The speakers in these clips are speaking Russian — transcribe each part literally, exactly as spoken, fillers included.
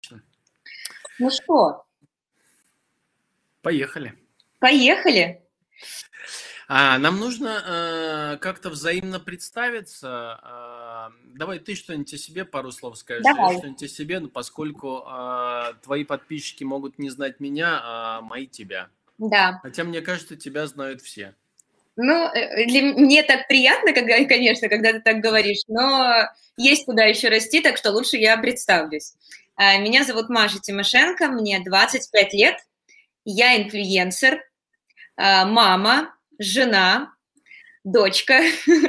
Ну что, Поехали. поехали. А, нам нужно э, как-то взаимно представиться. А, давай ты что-нибудь о себе пару слов скажешь, а я Давай. что-нибудь о себе, ну, поскольку а, твои подписчики могут не знать меня, а мои тебя. Да. Хотя, мне кажется, тебя знают все. Ну, э, для м- мне так приятно, когда, конечно, когда ты так говоришь, но есть куда еще расти, так что лучше я представлюсь. А, Меня зовут Маша Тимошенко, мне двадцать пять лет, я инфлюенсер, а, мама, жена, дочка.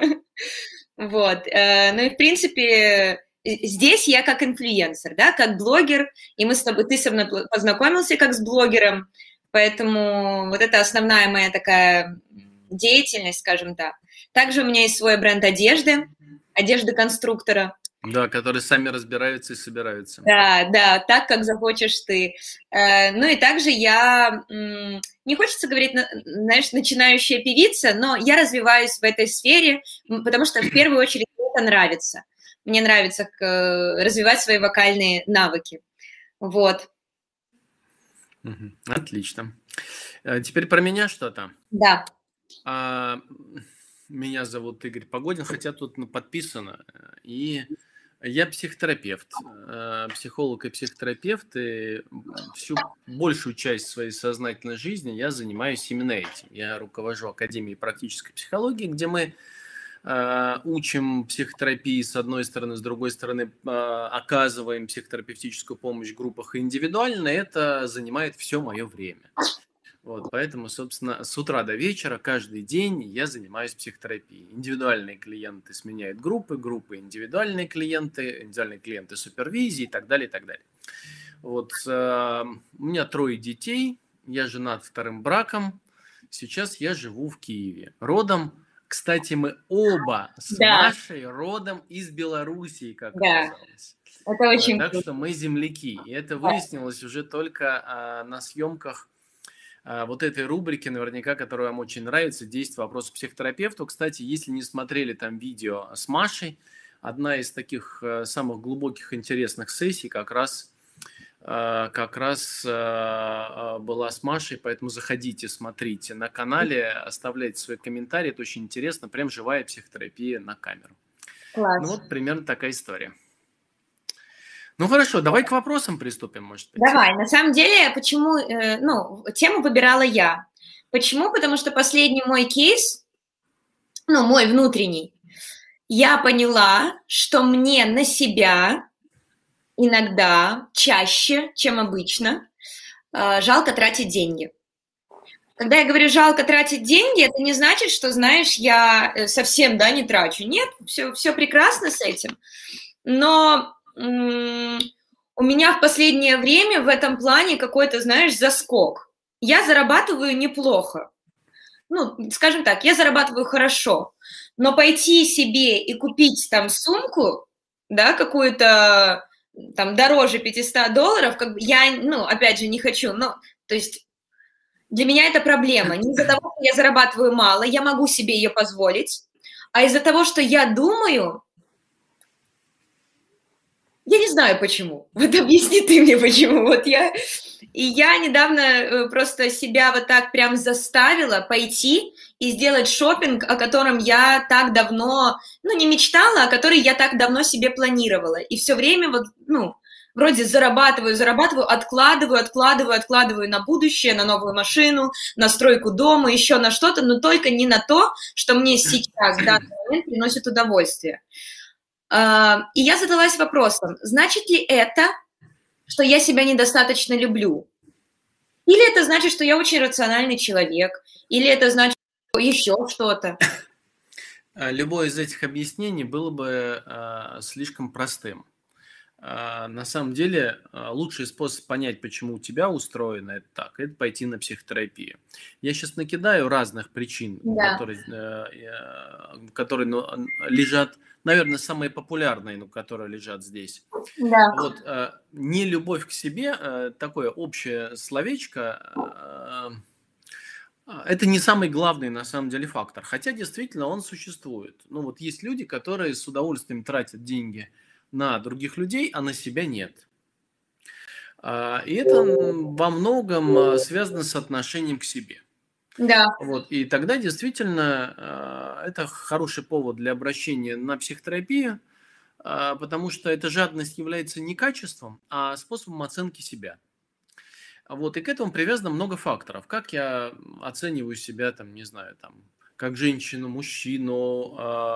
Вот. э, Ну и, в принципе, э, здесь я как инфлюенсер, да, как блогер, и мы с тобой, ты со мной пл- познакомился как с блогером, поэтому вот это основная моя такая деятельность, скажем так. Также у меня есть свой бренд одежды, одежды конструктора. Да, которые сами разбираются и собираются. Да, да, так, как захочешь ты. Э, Ну и также я, м, не хочется говорить, на- знаешь, начинающая певица, но я развиваюсь в этой сфере, м, потому что в первую очередь мне это нравится. Мне нравится к- развивать свои вокальные навыки. Вот, Мгм. Отлично. Э, Теперь про меня что-то. да, А, м, Меня зовут Игорь Погодин, хотя тут ну, подписано. э, И я психотерапевт, э, психолог и психотерапевт, и всю большую часть своей сознательной жизни я занимаюсь именно этим. Я руковожу Академией практической психологии, где мы э, учим психотерапии с одной стороны, с другой стороны э, оказываем психотерапевтическую помощь в группах и индивидуально. Это занимает все мое время. Вот, поэтому, собственно, с утра до вечера каждый день я занимаюсь психотерапией. Индивидуальные клиенты сменяют группы, группы индивидуальные клиенты, индивидуальные клиенты супервизии и так далее, и так далее. Вот, э, у меня трое детей, я женат вторым браком, сейчас я живу в Киеве. Родом, кстати, мы оба с да, Машей родом из Белоруссии, как да, оказалось. это А, очень Так круто. что мы земляки. И это Да. выяснилось уже только а, на съемках а, вот этой рубрики, наверняка, которая вам очень нравится, десять вопросов психотерапевту. Кстати, если не смотрели там видео с Машей, одна из таких э, самых глубоких интересных сессий как раз, э, как раз э, э, была с Машей, поэтому заходите, смотрите на канале, оставляйте свои комментарии, это очень интересно, прям живая психотерапия на камеру. Ну Класс. вот примерно такая история. Ну хорошо, давай к вопросам приступим, может быть. Давай, на самом деле, почему, э, ну, тему выбирала я. Почему? Потому что последний мой кейс, ну, мой внутренний, я поняла, что мне на себя иногда, чаще, чем обычно, э, жалко тратить деньги. Когда я говорю жалко тратить деньги, это не значит, что, знаешь, я э, совсем, да, не трачу. Нет, все, все прекрасно с этим. Но м, у меня в последнее время в этом плане какой-то, знаешь, заскок. Я зарабатываю неплохо. Ну, скажем так, я зарабатываю хорошо. Но пойти себе и купить там сумку, да, какую-то там дороже пятьсот долларов, как бы я, ну, опять же, не хочу. Ну, то есть для меня это проблема. Не из-за того, что я зарабатываю мало, я могу себе ее позволить, а из-за того, что я думаю, я не знаю почему. Вот объясни ты мне почему. Вот я... И я недавно э, просто себя вот так прям заставила пойти и сделать шопинг, о котором я так давно, ну, не мечтала, а который я так давно себе планировала. И все время вот, ну, вроде зарабатываю, зарабатываю, откладываю, откладываю, откладываю на будущее, на новую машину, на стройку дома, еще на что-то, но только не на то, что мне сейчас, в данный момент, приносит удовольствие. А, И я задалась вопросом, значит ли это, что я себя недостаточно люблю? Или это значит, что я очень рациональный человек? Или это значит еще что-то? А, Любое из этих объяснений было бы а, слишком простым. А, На самом деле, а, лучший способ понять, почему у тебя устроено это так, это пойти на психотерапию. Я сейчас накидаю разных причин, Да, которые, э, э, которые ну, н- лежат, наверное, самые популярные, но которые лежат здесь. да, Вот, э, не любовь к себе, э, такое общее словечко, э, а, это не самый главный на самом деле фактор, хотя действительно он существует. Ну вот есть люди, которые с удовольствием тратят деньги на других людей, а на себя нет. А, И это м, во многом а, связано с отношением к себе. Да, Вот, и тогда действительно а, это хороший повод для обращения на психотерапию, а, потому что эта жадность является не качеством, а способом оценки себя. А Вот, и к этому привязано много факторов. Как я оцениваю себя, там, не знаю, там, как женщину, мужчину,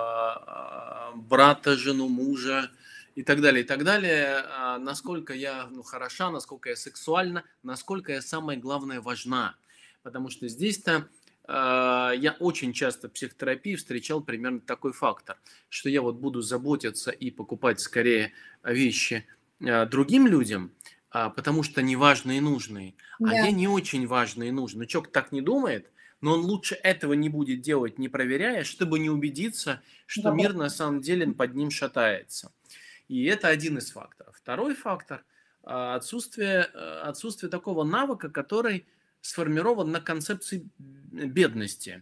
а, а, брата, жену, мужа и так далее, и так далее. А, Насколько я, ну, хороша, насколько я сексуальна, насколько я, самое главное, важна. Потому что здесь-то а, я очень часто в психотерапии встречал примерно такой фактор, что я вот буду заботиться и покупать скорее вещи а, другим людям, а, потому что они важные и нужные, а да, я не очень важный и нужный. Ну, человек так не думает, но он лучше этого не будет делать, не проверяя, чтобы не убедиться, что да. мир на самом деле под ним шатается. И это один из факторов. Второй фактор а, – отсутствие, э, отсутствие такого навыка, который сформирован на концепции бедности.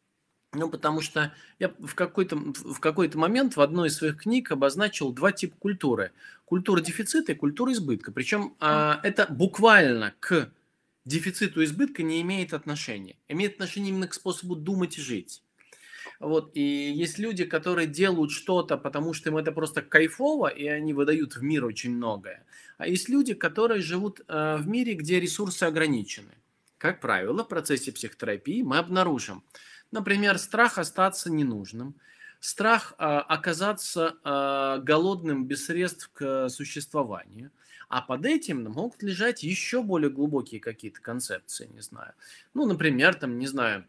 Ну, потому что я в какой-то, в какой-то момент в одной из своих книг обозначил два типа культуры. Культура дефицита и культура избытка. Причем а, это буквально к дефициту и избытка не имеет отношения. Имеет отношение именно к способу думать и жить. Вот. И есть люди, которые делают что-то, потому что им это просто кайфово, и они выдают в мир очень многое. А есть люди, которые живут э, в мире, где ресурсы ограничены. Как правило, в процессе психотерапии мы обнаружим, например, страх остаться ненужным, страх э, оказаться э, голодным без средств к существованию. А под этим могут лежать еще более глубокие какие-то концепции, не знаю. Ну, например, там, не знаю,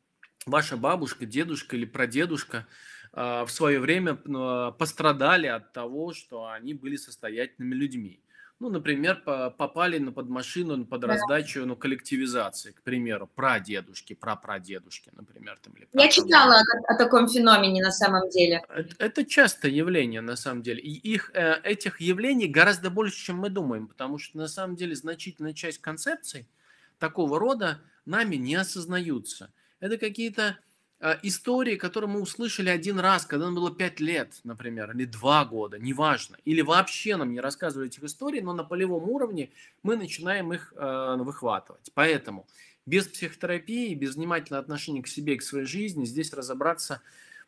ваша бабушка, дедушка или прадедушка а, в свое время а, пострадали от того, что они были состоятельными людьми. Ну, например, по- попали на под машину, под Да. раздачу, ну, коллективизации, к примеру, прадедушки, прапрадедушки, например, там, или Я читала прапрабабушки. о, о таком феномене на самом деле. Это, это частое явление, на самом деле. И их, э, этих явлений гораздо больше, чем мы думаем, потому что, на самом деле, значительная часть концепций такого рода нами не осознаются. Это какие-то э, истории, которые мы услышали один раз, когда нам было пять лет, например, или два года, неважно. Или вообще нам не рассказывали этих историй, но на полевом уровне мы начинаем их э, выхватывать. Поэтому без психотерапии, без внимательного отношения к себе и к своей жизни здесь разобраться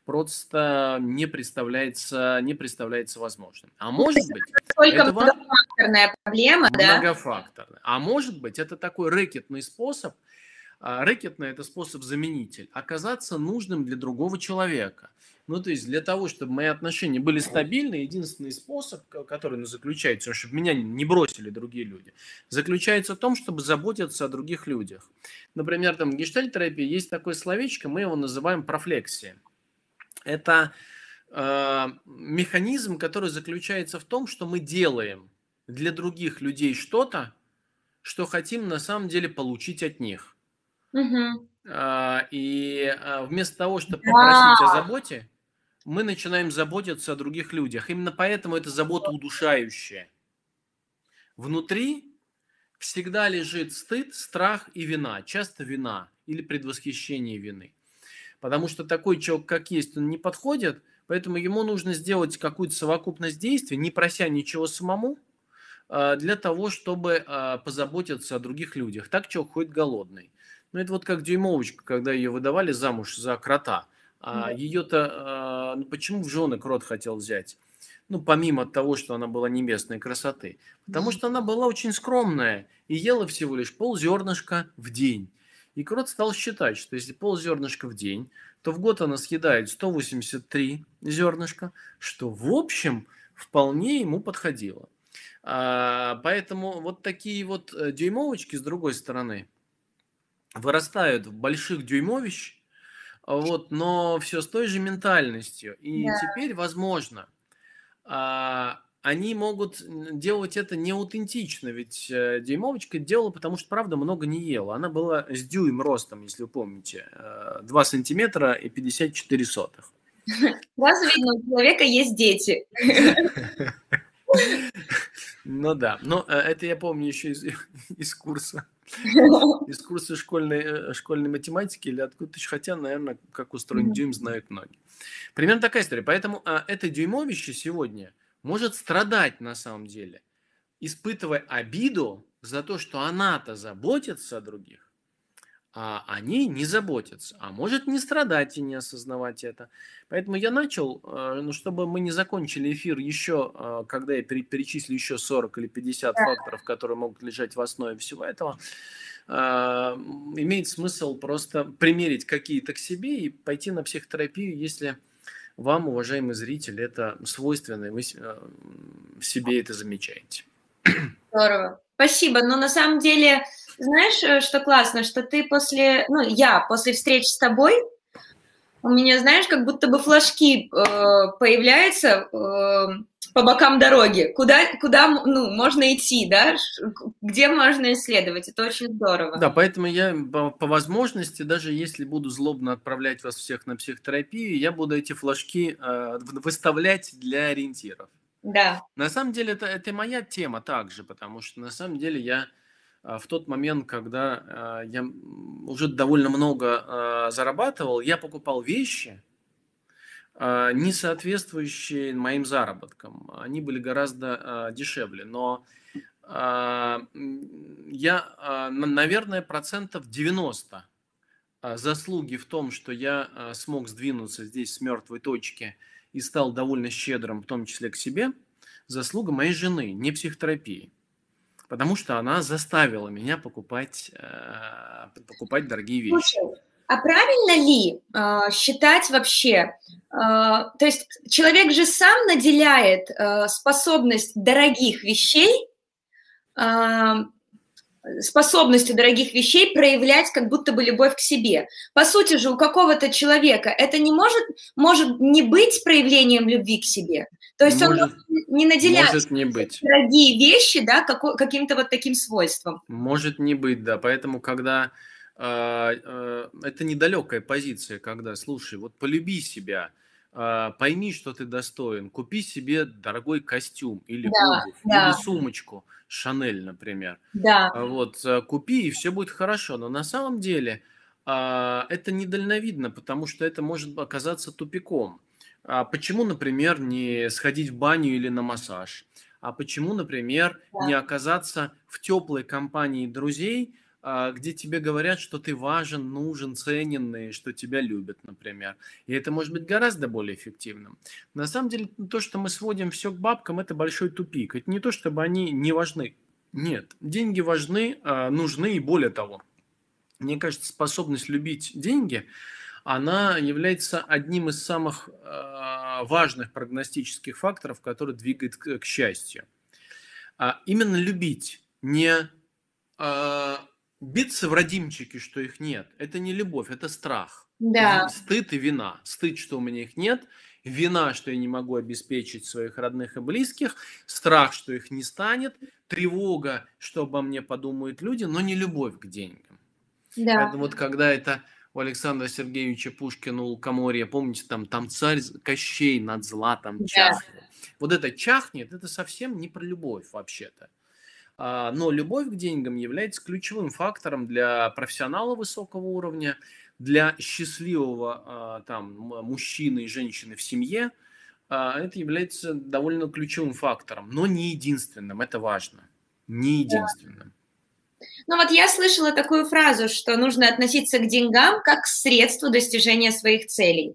просто не представляется, не представляется возможным. А может быть, Только это вам многофакторная проблема, да? многофакторно. А может быть, это такой рэкетный способ, а, рэкетный – это способ-заменитель, оказаться нужным для другого человека. Ну, то есть для того, чтобы мои отношения были стабильны, единственный способ, ко- который ну, заключается, чтобы меня не бросили другие люди, заключается в том, чтобы заботиться о других людях. Например, там в гештальт-терапии есть такое словечко, мы его называем профлексия. Это э, механизм, который заключается в том, что мы делаем для других людей что-то, что хотим на самом деле получить от них. Мгм. А, И а, вместо того, чтобы Да, попросить о заботе, мы начинаем заботиться о других людях. Именно поэтому это забота удушающая. Внутри всегда лежит стыд, страх и вина. Часто вина или предвосхищение вины. Потому что такой человек, как есть, он не подходит, поэтому ему нужно сделать какую-то совокупность действий, не прося ничего самому, а, для того, чтобы а, позаботиться о других людях. Так человек ходит голодный. Ну, это вот как дюймовочка, когда ее выдавали замуж за крота. А ее-то, а, ну, почему в жены крот хотел взять? Ну, помимо того, что она была небесной красоты. Потому что она была очень скромная и ела всего лишь ползернышка в день. И крот стал считать, что если ползернышка в день, то в год она съедает сто восемьдесят три зернышка, что в общем вполне ему подходило. А, Поэтому вот такие вот э, дюймовочки, с другой стороны, вырастают в больших дюймовищ, а вот, но все с той же ментальностью. И да. теперь, возможно, а, они могут делать это неаутентично, ведь э, дюймовочка делала, потому что, правда, много не ела. Она была с дюйм ростом, если вы помните, э, два сантиметра и пятьдесят четыре сотых. Сразу видно, у человека есть дети. Ну да, но э, это я помню еще из, из курса. Из курса школьной, э, школьной математики или откуда-то еще, хотя, наверное, как устроен Мгм. дюйм, знают многие. Примерно такая история. Поэтому а, это дюймовище сегодня может страдать на самом деле испытывая обиду за то, что она-то заботится о других, а они не заботятся, а может не страдать и не осознавать это. Поэтому я начал, ну, чтобы мы не закончили эфир еще, когда я перечислю еще сорок или пятьдесят факторов, которые могут лежать в основе всего этого, имеет смысл просто примерить какие-то к себе и пойти на психотерапию, если вам, уважаемый зритель, это свойственно, и вы в себе это замечаете. Здорово. Спасибо. Но на самом деле, знаешь, что классно, что ты после, ну, я после встреч с тобой, у меня, знаешь, как будто бы флажки э, появляются э, по бокам дороги, куда, куда ну, можно идти, да, где можно исследовать. Это очень здорово. Да, поэтому я по, по возможности, даже если буду злобно отправлять вас всех на психотерапию, я буду эти флажки э, выставлять для ориентиров. Да. На самом деле это, это моя тема также, потому что на самом деле я в тот момент, когда я уже довольно много зарабатывал, я покупал вещи, не соответствующие моим заработкам. Они были гораздо дешевле, но я, наверное, процентов девяносто заслуги в том, что я смог сдвинуться здесь с мертвой точки и стал довольно щедрым, в том числе к себе, заслуга моей жены, не психотерапии. Потому что она заставила меня покупать, э, покупать дорогие вещи. Слушай, а правильно ли э, считать вообще, э, то есть человек же сам наделяет э, способность дорогих вещей, э, способностью дорогих вещей проявлять как будто бы любовь к себе. По сути же, у какого-то человека это не может, может не быть проявлением любви к себе. То есть может, он не наделяет может не быть. дорогие вещи, да, как, каким-то вот таким свойством. Может не быть, да. Поэтому, когда э, э, это недалекая позиция, когда, слушай, вот полюби себя, э, пойми, что ты достоин, купи себе дорогой костюм или да, обувь, да. или сумочку, Шанель, например. Да. Вот, купи, и все будет хорошо. Но на самом деле э, это недальновидно, потому что это может оказаться тупиком. А почему, например, не сходить в баню или на массаж? А почему, например, да. не оказаться в теплой компании друзей, где тебе говорят, что ты важен, нужен, цененный, что тебя любят, например. И это может быть гораздо более эффективным. На самом деле, то, что мы сводим все к бабкам, это большой тупик. Это не то, чтобы они не важны. Нет, деньги важны, нужны, и более того. Мне кажется, способность любить деньги – она является одним из самых э, важных прогностических факторов, который двигает к, к счастью. А именно любить, не э, биться в родимчики, что их нет. Это не любовь, это страх. Да. Стыд и вина. Стыд, что у меня их нет, вина, что я не могу обеспечить своих родных и близких, страх, что их не станет, тревога, что обо мне подумают люди, но не любовь к деньгам. Да. Поэтому вот когда это у Александра Сергеевича Пушкина у Лукоморья, помните, там, там царь Кощей над златом чахнет. Да. Вот это чахнет, это совсем не про любовь вообще-то. А, но любовь к деньгам является ключевым фактором для профессионала высокого уровня, для счастливого а, там, мужчины и женщины в семье. А, это является довольно ключевым фактором, но не единственным, это важно, не единственным. Да. Ну вот я слышала такую фразу, что нужно относиться к деньгам как к средству достижения своих целей.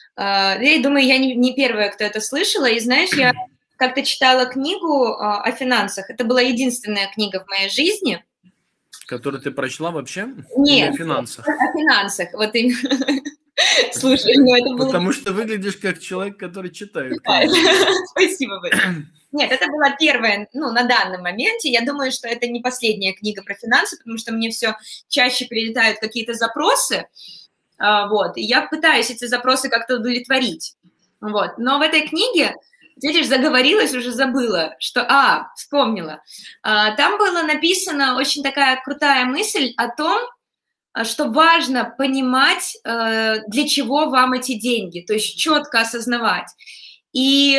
Я думаю, я не первая, кто это слышала. И знаешь, я как-то читала книгу о финансах. Это была единственная книга в моей жизни. Которую ты прочла вообще? Нет, Или о финансах? О финансах. Вот именно. Слушай, ну это было... Потому что выглядишь как человек, который читает. Спасибо большое. Нет, это была первая, ну, на данном моменте. Я думаю, что это не последняя книга про финансы, потому что мне все чаще прилетают какие-то запросы, вот, и я пытаюсь эти запросы как-то удовлетворить, вот. Но в этой книге, видишь, заговорилась, уже забыла, что, а, вспомнила. Там была написана очень такая крутая мысль о том, что важно понимать, для чего вам эти деньги, то есть четко осознавать. И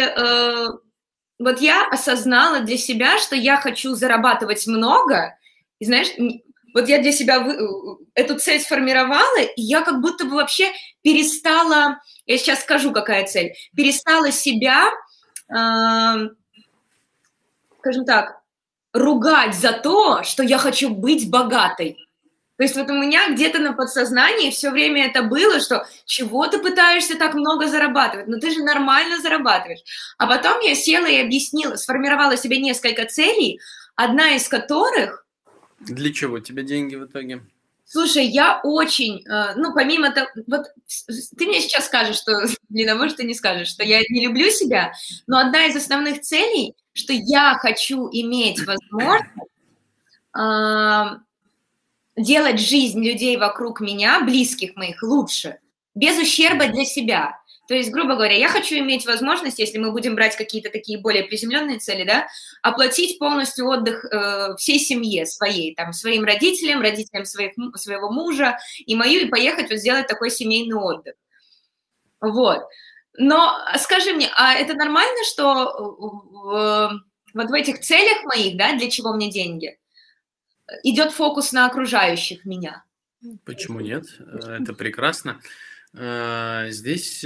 вот я осознала для себя, что я хочу зарабатывать много, и знаешь, вот я для себя вы, эту цель сформировала, и я как будто бы вообще перестала, я сейчас скажу, какая цель, перестала себя, э, скажем так, ругать за то, что я хочу быть богатой. То есть вот у меня где-то на подсознании все время это было, что чего ты пытаешься так много зарабатывать? Ну ты же нормально зарабатываешь. А потом я села и объяснила, сформировала себе несколько целей, одна из которых... Для чего тебе деньги в итоге? Слушай, я очень, ну, помимо того, вот ты мне сейчас скажешь, что, блин, а может, ты не скажешь, что я не люблю себя, но одна из основных целей, что я хочу иметь возможность э, делать жизнь людей вокруг меня, близких моих, лучше, без ущерба для себя. То есть, грубо говоря, я хочу иметь возможность, если мы будем брать какие-то такие более приземленные цели, да, оплатить полностью отдых э, всей семье своей, там, своим родителям, родителям своих, своего мужа и мою, и поехать вот сделать такой семейный отдых. Вот. Но скажи мне, а это нормально, что в, вот в этих целях моих, да, для чего мне деньги, идет фокус на окружающих меня? Почему нет? Это прекрасно. Здесь,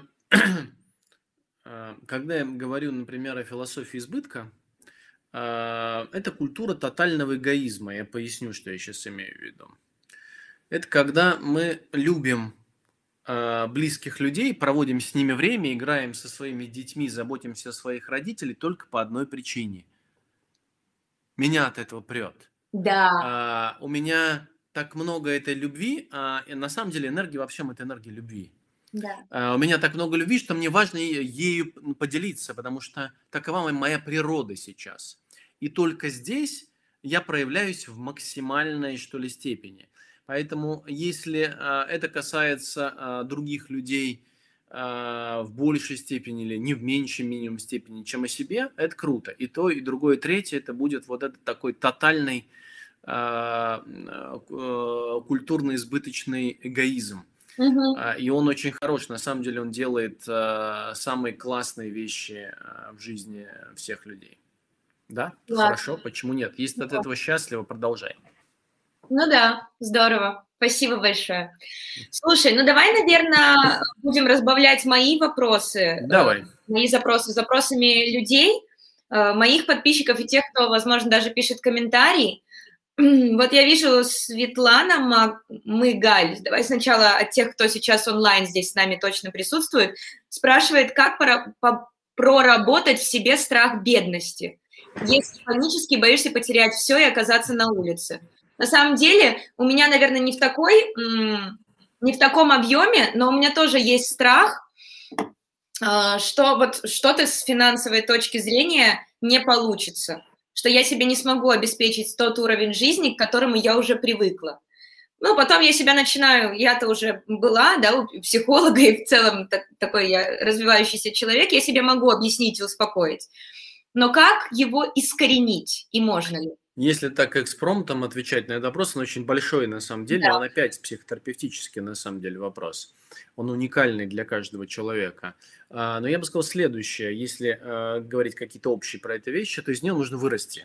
когда я говорю, например, о философии избытка, это культура тотального эгоизма. Я поясню, что я сейчас имею в виду. Это когда мы любим близких людей, проводим с ними время, играем со своими детьми, заботимся о своих родителях только по одной причине. Меня от этого прет. Да. У меня так много этой любви, и на самом деле энергия во всем – это энергия любви. Да. У меня так много любви, что мне важно ею поделиться, потому что такова моя природа сейчас. И только здесь я проявляюсь в максимальной, что ли, степени. Поэтому, если это касается других людей в большей степени или не в меньшей минимум степени, чем о себе, это круто. И то, и другое, и третье – это будет вот этот такой тотальный культурно-избыточный эгоизм. Угу. И он очень хорош. На самом деле он делает самые классные вещи в жизни всех людей. Да? Ладно. Хорошо, почему нет? Если ты от этого счастлива, продолжай. Ну да, здорово. Спасибо большое. Слушай, ну давай, наверное, будем разбавлять мои вопросы. Давай. Мои запросы запросами людей, моих подписчиков и тех, кто, возможно, даже пишет комментарии. Вот я вижу Светлана Мыгаль, давай сначала от тех, кто сейчас онлайн здесь с нами точно присутствует, спрашивает, как проработать в себе страх бедности, если панически боишься потерять все и оказаться на улице. На самом деле у меня, наверное, не в такой, не в таком объеме, но у меня тоже есть страх, что вот что-то с финансовой точки зрения не получится, что я себе не смогу обеспечить тот уровень жизни, к которому я уже привыкла. Ну, потом я себя начинаю, я-то уже была, да, у психолога, и в целом так, такой я развивающийся человек, я себе могу объяснить и успокоить. Но как его искоренить, и можно ли? Если так экспромтом отвечать на этот вопрос, он очень большой на самом деле, Да. он опять психотерапевтический на самом деле вопрос. Он уникальный для каждого человека. Но я бы сказал следующее, если говорить какие-то общие про это вещи, то из нее нужно вырасти.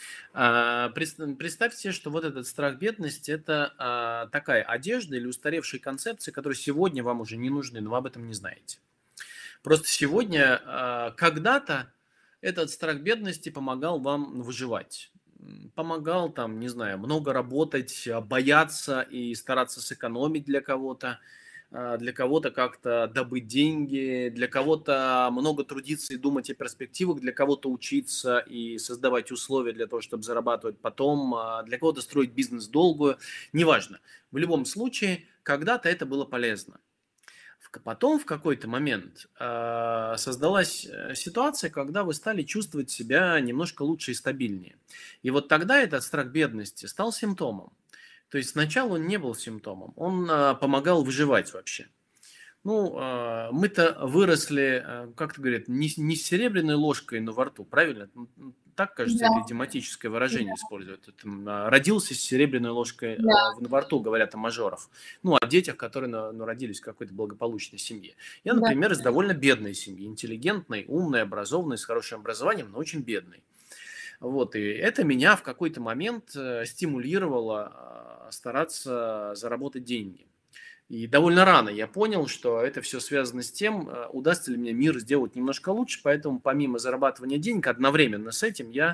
Представьте, что вот этот страх бедности – это такая одежда или устаревшие концепции, которые сегодня вам уже не нужны, но вы об этом не знаете. Просто сегодня, когда-то этот страх бедности помогал вам выживать. Помогал там, не знаю, много работать, бояться и стараться сэкономить для кого-то, для кого-то как-то добыть деньги, для кого-то много трудиться и думать о перспективах, для кого-то учиться и создавать условия для того, чтобы зарабатывать потом, для кого-то строить бизнес долгую, неважно. В любом случае, когда-то это было полезно. Потом в какой-то момент э, создалась ситуация, когда вы стали чувствовать себя немножко лучше и стабильнее. И вот тогда этот страх бедности стал симптомом. То есть сначала он не был симптомом, он э, помогал выживать вообще. Ну, э, мы-то выросли, э, как-то говорят, не, не с серебряной ложкой, но во рту, правильно? Так, кажется, Да. это идиоматическое выражение да. используют. Это, родился с серебряной ложкой Да. э, во рту, говорят о мажорах. Ну, о детях, которые ну, родились в какой-то благополучной семье. Я, например, да. из довольно бедной семьи. Интеллигентной, умной, образованной, с хорошим образованием, но очень бедной. Вот, и это меня в какой-то момент стимулировало стараться заработать деньги. И довольно рано я понял, что это все связано с тем, удастся ли мне мир сделать немножко лучше, поэтому помимо зарабатывания денег, одновременно с этим я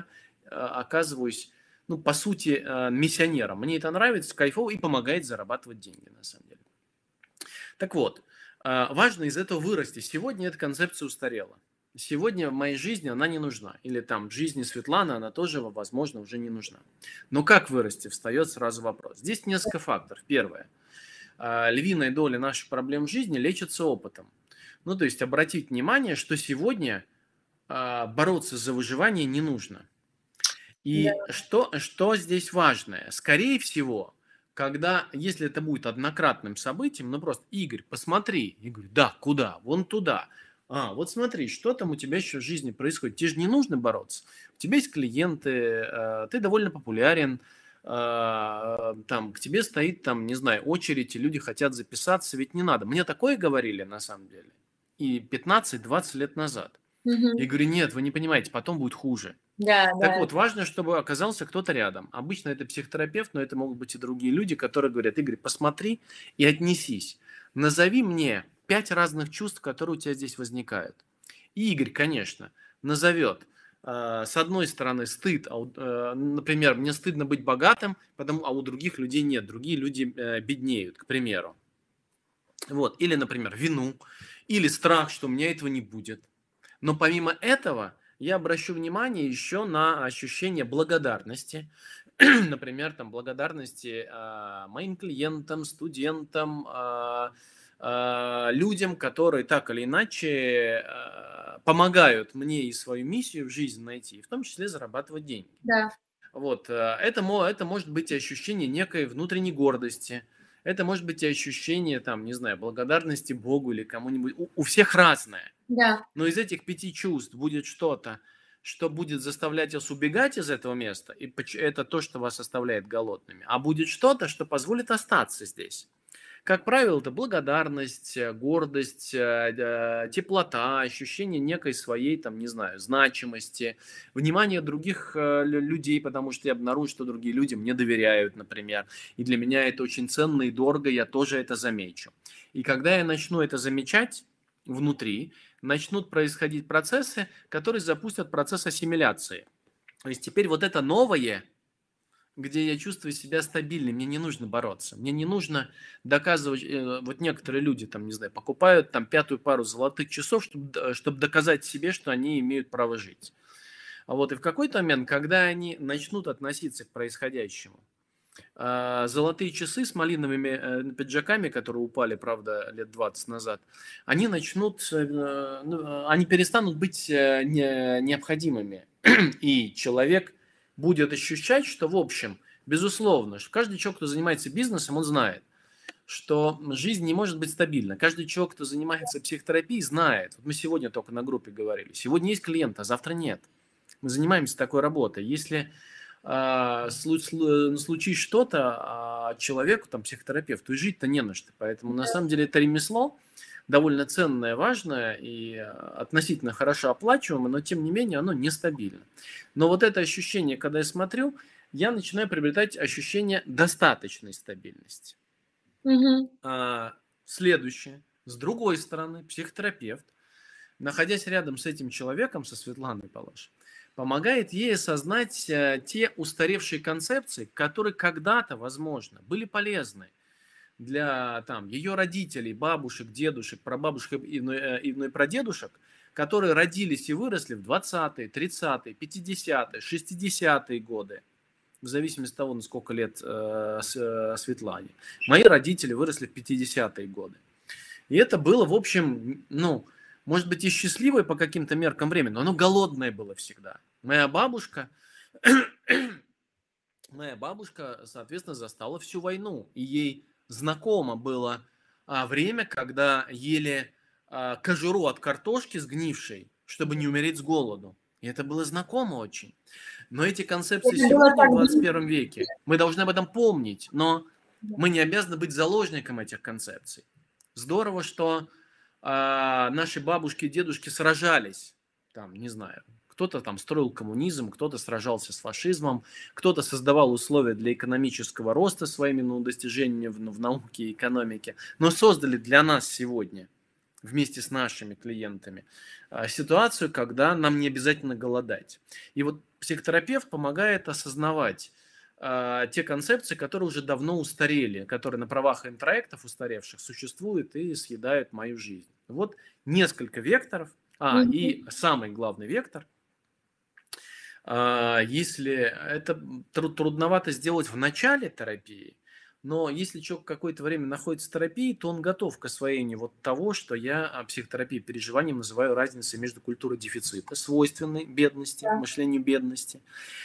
оказываюсь, ну, по сути, миссионером. Мне это нравится, кайфово и помогает зарабатывать деньги, на самом деле. Так вот, важно из этого вырасти. Сегодня эта концепция устарела. Сегодня в моей жизни она не нужна. Или там в жизни Светланы она тоже, возможно, уже не нужна. Но как вырасти, встает сразу вопрос. Здесь несколько факторов. Первое. Львиная доля наших проблем в жизни лечится опытом. Ну, то есть обратить внимание, что сегодня бороться за выживание не нужно. И Да. что, что здесь важное? Скорее всего, когда, если это будет однократным событием, ну просто, Игорь, посмотри. Я говорю, да, куда? Вон туда. А, вот смотри, что там у тебя еще в жизни происходит. Тебе же не нужно бороться. У тебя есть клиенты, ты довольно популярен, там к тебе стоит, там, не знаю, очередь, и люди хотят записаться, ведь не надо. Мне такое говорили на самом деле. И пятнадцать-двадцать лет назад. Мгм. Я говорю, нет, вы не понимаете, потом будет хуже. Да, Так да. вот, важно, чтобы оказался кто-то рядом. Обычно это психотерапевт, но это могут быть и другие люди, которые говорят, Игорь, посмотри и отнесись. Назови мне пять разных чувств, которые у тебя здесь возникают. И Игорь, конечно, назовет, э, с одной стороны, стыд, а у- э, например, мне стыдно быть богатым, потому, а у других людей нет, другие люди э, беднеют, к примеру. Вот. Или, например, вину, или страх, что у меня этого не будет. Но помимо этого, я обращу внимание еще на ощущение благодарности. Например, там, благодарности э, моим клиентам, студентам, э, э, людям, которые так или иначе э, помогают мне и свою миссию в жизни найти, в том числе зарабатывать деньги. Да. Вот, э, это, мо- это может быть и ощущение некой внутренней гордости. Это может быть и ощущение, там, не знаю, благодарности Богу или кому-нибудь. У, у всех разное. Да. Но из этих пяти чувств будет что-то, что будет заставлять вас убегать из этого места, и поч- это то, что вас оставляет голодными. А будет что-то, что позволит остаться здесь. Как правило, это благодарность, э, гордость, э, э, теплота, ощущение некой своей, там, не знаю, значимости, внимание других э, лю- людей, потому что я обнаружу, что другие люди мне доверяют, например. И для меня это очень ценно и дорого, я тоже это замечу. И когда я начну это замечать внутри, начнут происходить процессы, которые запустят процесс ассимиляции. То есть теперь вот это новое, где я чувствую себя стабильным, мне не нужно бороться, мне не нужно доказывать, э, вот некоторые люди там, не знаю, покупают там пятую пару золотых часов, чтобы, чтобы доказать себе, что они имеют право жить. А вот и в какой-то момент, когда они начнут относиться к происходящему, а, золотые часы с малиновыми э, пиджаками, которые упали, правда, лет двадцать назад, они начнут, э, ну, они перестанут быть э, не- необходимыми. И человек будет ощущать, что, в общем, безусловно, что каждый человек, кто занимается бизнесом, он знает, что жизнь не может быть стабильна. Каждый человек, кто занимается психотерапией, знает. Вот мы сегодня только на группе говорили. Сегодня есть клиент, а завтра нет. Мы занимаемся такой работой. Если а, слу- слу- случись что-то, а человеку, там, психотерапевту, и жить-то не на что. Поэтому, на самом деле, это ремесло довольно ценное, важное и а, относительно хорошо оплачиваемое, но, тем не менее, оно нестабильно. Но вот это ощущение, когда я смотрю, я начинаю приобретать ощущение достаточной стабильности. Мгм. А, следующее. С другой стороны, психотерапевт, находясь рядом с этим человеком, со Светланой Палаш, помогает ей осознать э, те устаревшие концепции, которые когда-то, возможно, были полезны для там, ее родителей, бабушек, дедушек, прабабушек и, ну, э, и, ну, и прадедушек, которые родились и выросли в двадцатые, тридцатые, пятидесятые, шестидесятые годы, в зависимости от того, на сколько лет э, с, э, Светлане. Мои родители выросли в пятидесятые годы. И это было, в общем, ну, может быть, и счастливое по каким-то меркам время, но оно голодное было всегда. Моя бабушка, моя бабушка, соответственно, застала всю войну. И ей знакомо было а, время, когда ели а, кожуру от картошки сгнившей, чтобы не умереть с голоду. И это было знакомо очень. Но эти концепции Это было сегодня, в так двадцать близко. первом веке, мы должны об этом помнить, но мы не обязаны быть заложником этих концепций. Здорово, что а, наши бабушки и дедушки сражались, там, не знаю, кто-то там строил коммунизм, кто-то сражался с фашизмом, кто-то создавал условия для экономического роста своими, ну, достижениями в, в науке и экономике, но создали для нас сегодня вместе с нашими клиентами а, ситуацию, когда нам не обязательно голодать. И вот психотерапевт помогает осознавать а, те концепции, которые уже давно устарели, которые на правах интроектов устаревших существуют и съедают мою жизнь. Вот несколько векторов. А, и самый главный вектор, а, если это труд- трудновато сделать в начале терапии, но если человек какое-то время находится в терапии, то он готов к освоению вот того, что я о психотерапии переживанием называю разницей между культурой дефицита, свойственной бедности, Да. мышлению бедности,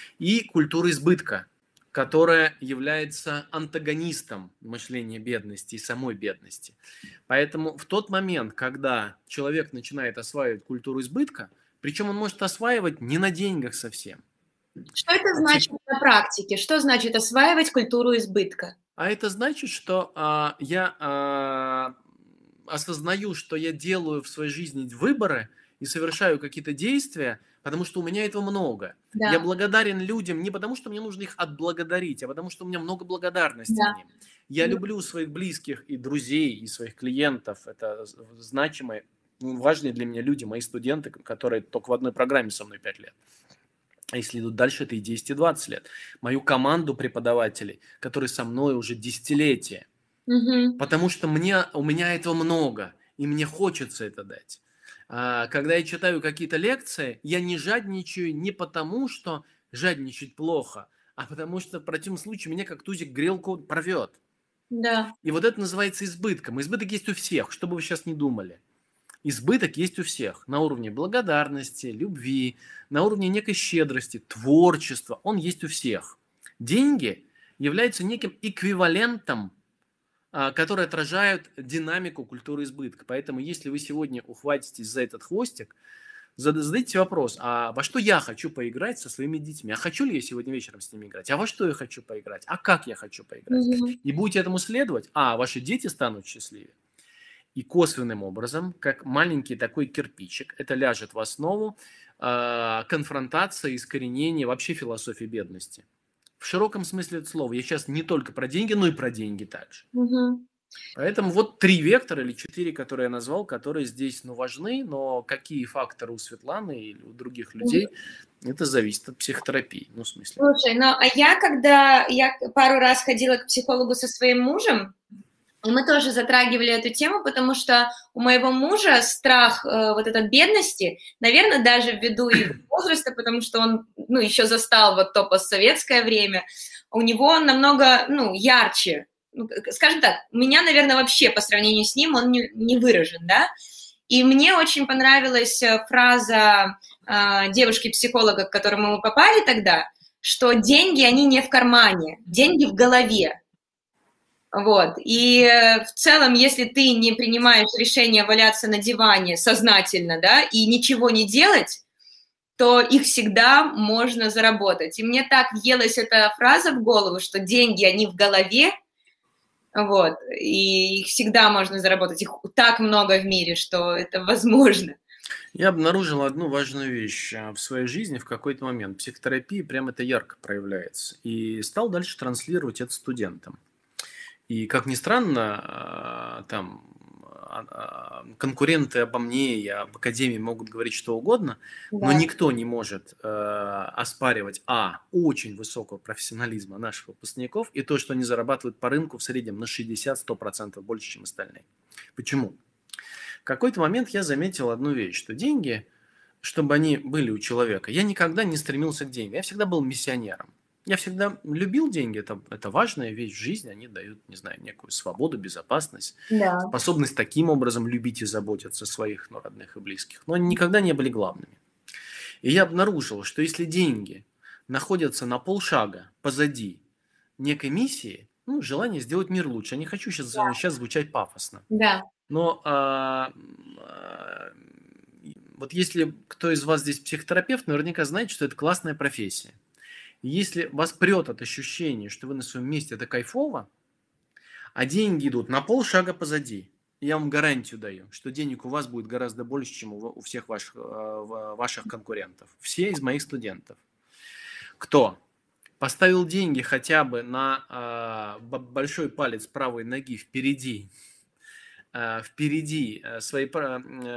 и культурой избытка, которая является антагонистом мышления бедности и самой бедности. Поэтому в тот момент, когда человек начинает осваивать культуру избытка, причем он может осваивать не на деньгах совсем. Что это А псих- значит на практике? Что значит осваивать культуру избытка? А это значит, что а, я а, осознаю, что я делаю в своей жизни выборы и совершаю какие-то действия, потому что у меня этого много. Я Да, благодарен людям не потому, что мне нужно их отблагодарить, а потому что у меня много благодарности да. к ним. Я люблю своих близких и друзей, и своих клиентов. Это з- значимые, ну, важные для меня люди, мои студенты, которые только в одной программе со мной пять лет. А если идут дальше, это и десять, и двадцать лет. Мою команду преподавателей, которые со мной уже десятилетия. Мгм. Потому что мне, у меня этого много, и мне хочется это дать. А, Когда я читаю какие-то лекции, я не жадничаю не потому, что жадничать плохо, а потому что в противном случае меня как тузик грелку порвет. Да. И вот это называется избытком. Избыток есть у всех, что бы вы сейчас не думали. Избыток есть у всех на уровне благодарности, любви, на уровне некой щедрости, творчества. Он есть у всех. Деньги являются неким эквивалентом, а, которые отражают динамику культуры избытка. Поэтому, если вы сегодня ухватитесь за этот хвостик, зада- задайте вопрос, а во что я хочу поиграть со своими детьми? А хочу ли я сегодня вечером с ними играть? А во что я хочу поиграть? А как я хочу поиграть? Мгм. И будете этому следовать, а ваши дети станут счастливее. И косвенным образом, как маленький такой кирпичик, это ляжет в основу а, конфронтации, искоренения вообще философии бедности. В широком смысле этого слова. Я сейчас не только про деньги, но и про деньги также. Мгм. Поэтому вот три вектора или четыре, которые я назвал, которые здесь ну, важны, но какие факторы у Светланы или у других людей, это зависит от психотерапии. Ну, в смысле. Слушай, ну а я, когда я пару раз ходила к психологу со своим мужем, и мы тоже затрагивали эту тему, потому что у моего мужа страх э, вот этой бедности, наверное, даже ввиду его возраста, потому что он, ну, еще застал вот то постсоветское время, у него он намного, ну, ярче. Ну, к- скажем так, у меня, наверное, вообще по сравнению с ним он не, не выражен, да. И мне очень понравилась э, фраза э, девушки-психолога, к которому мы попали тогда, что деньги, они не в кармане, деньги в голове. Вот. И э, в целом, если ты не принимаешь решение валяться на диване сознательно, да, и ничего не делать, то их всегда можно заработать. И мне так въелась эта фраза в голову, что деньги, они в голове, вот, и их всегда можно заработать. Их так много в мире, что это возможно. Я обнаружил одну важную вещь а, в своей жизни в какой-то момент. Психотерапия прям это ярко проявляется. И стал дальше транслировать это студентам. И, как ни странно, а, там а, а, конкуренты обо мне и об академии могут говорить что угодно, но Да. никто не может э, оспаривать, а, очень высокого профессионализма наших выпускников и то, что они зарабатывают по рынку в среднем на шестьдесят-сто процентов больше, чем остальные. Почему? В какой-то момент я заметил одну вещь, что деньги, чтобы они были у человека, я никогда не стремился к деньгам, я всегда был миссионером. Я всегда любил деньги, это, это важная вещь в жизни, они дают, не знаю, некую свободу, безопасность, Да. способность таким образом любить и заботиться о своих ну, родных и близких, но они никогда не были главными. И я обнаружил, что если деньги находятся на полшага позади некой миссии, ну, желание сделать мир лучше, я не хочу сейчас, сейчас звучать пафосно, Да. но а, а, вот если кто из вас здесь психотерапевт, наверняка знает, что это классная профессия. И если вас прет от ощущения, что вы на своем месте, это кайфово, а деньги идут на полшага позади, я вам гарантию даю, что денег у вас будет гораздо больше, чем у всех ваших, ваших конкурентов. Все из моих студентов. Кто поставил деньги хотя бы на большой палец правой ноги впереди э, впереди э, своей, про-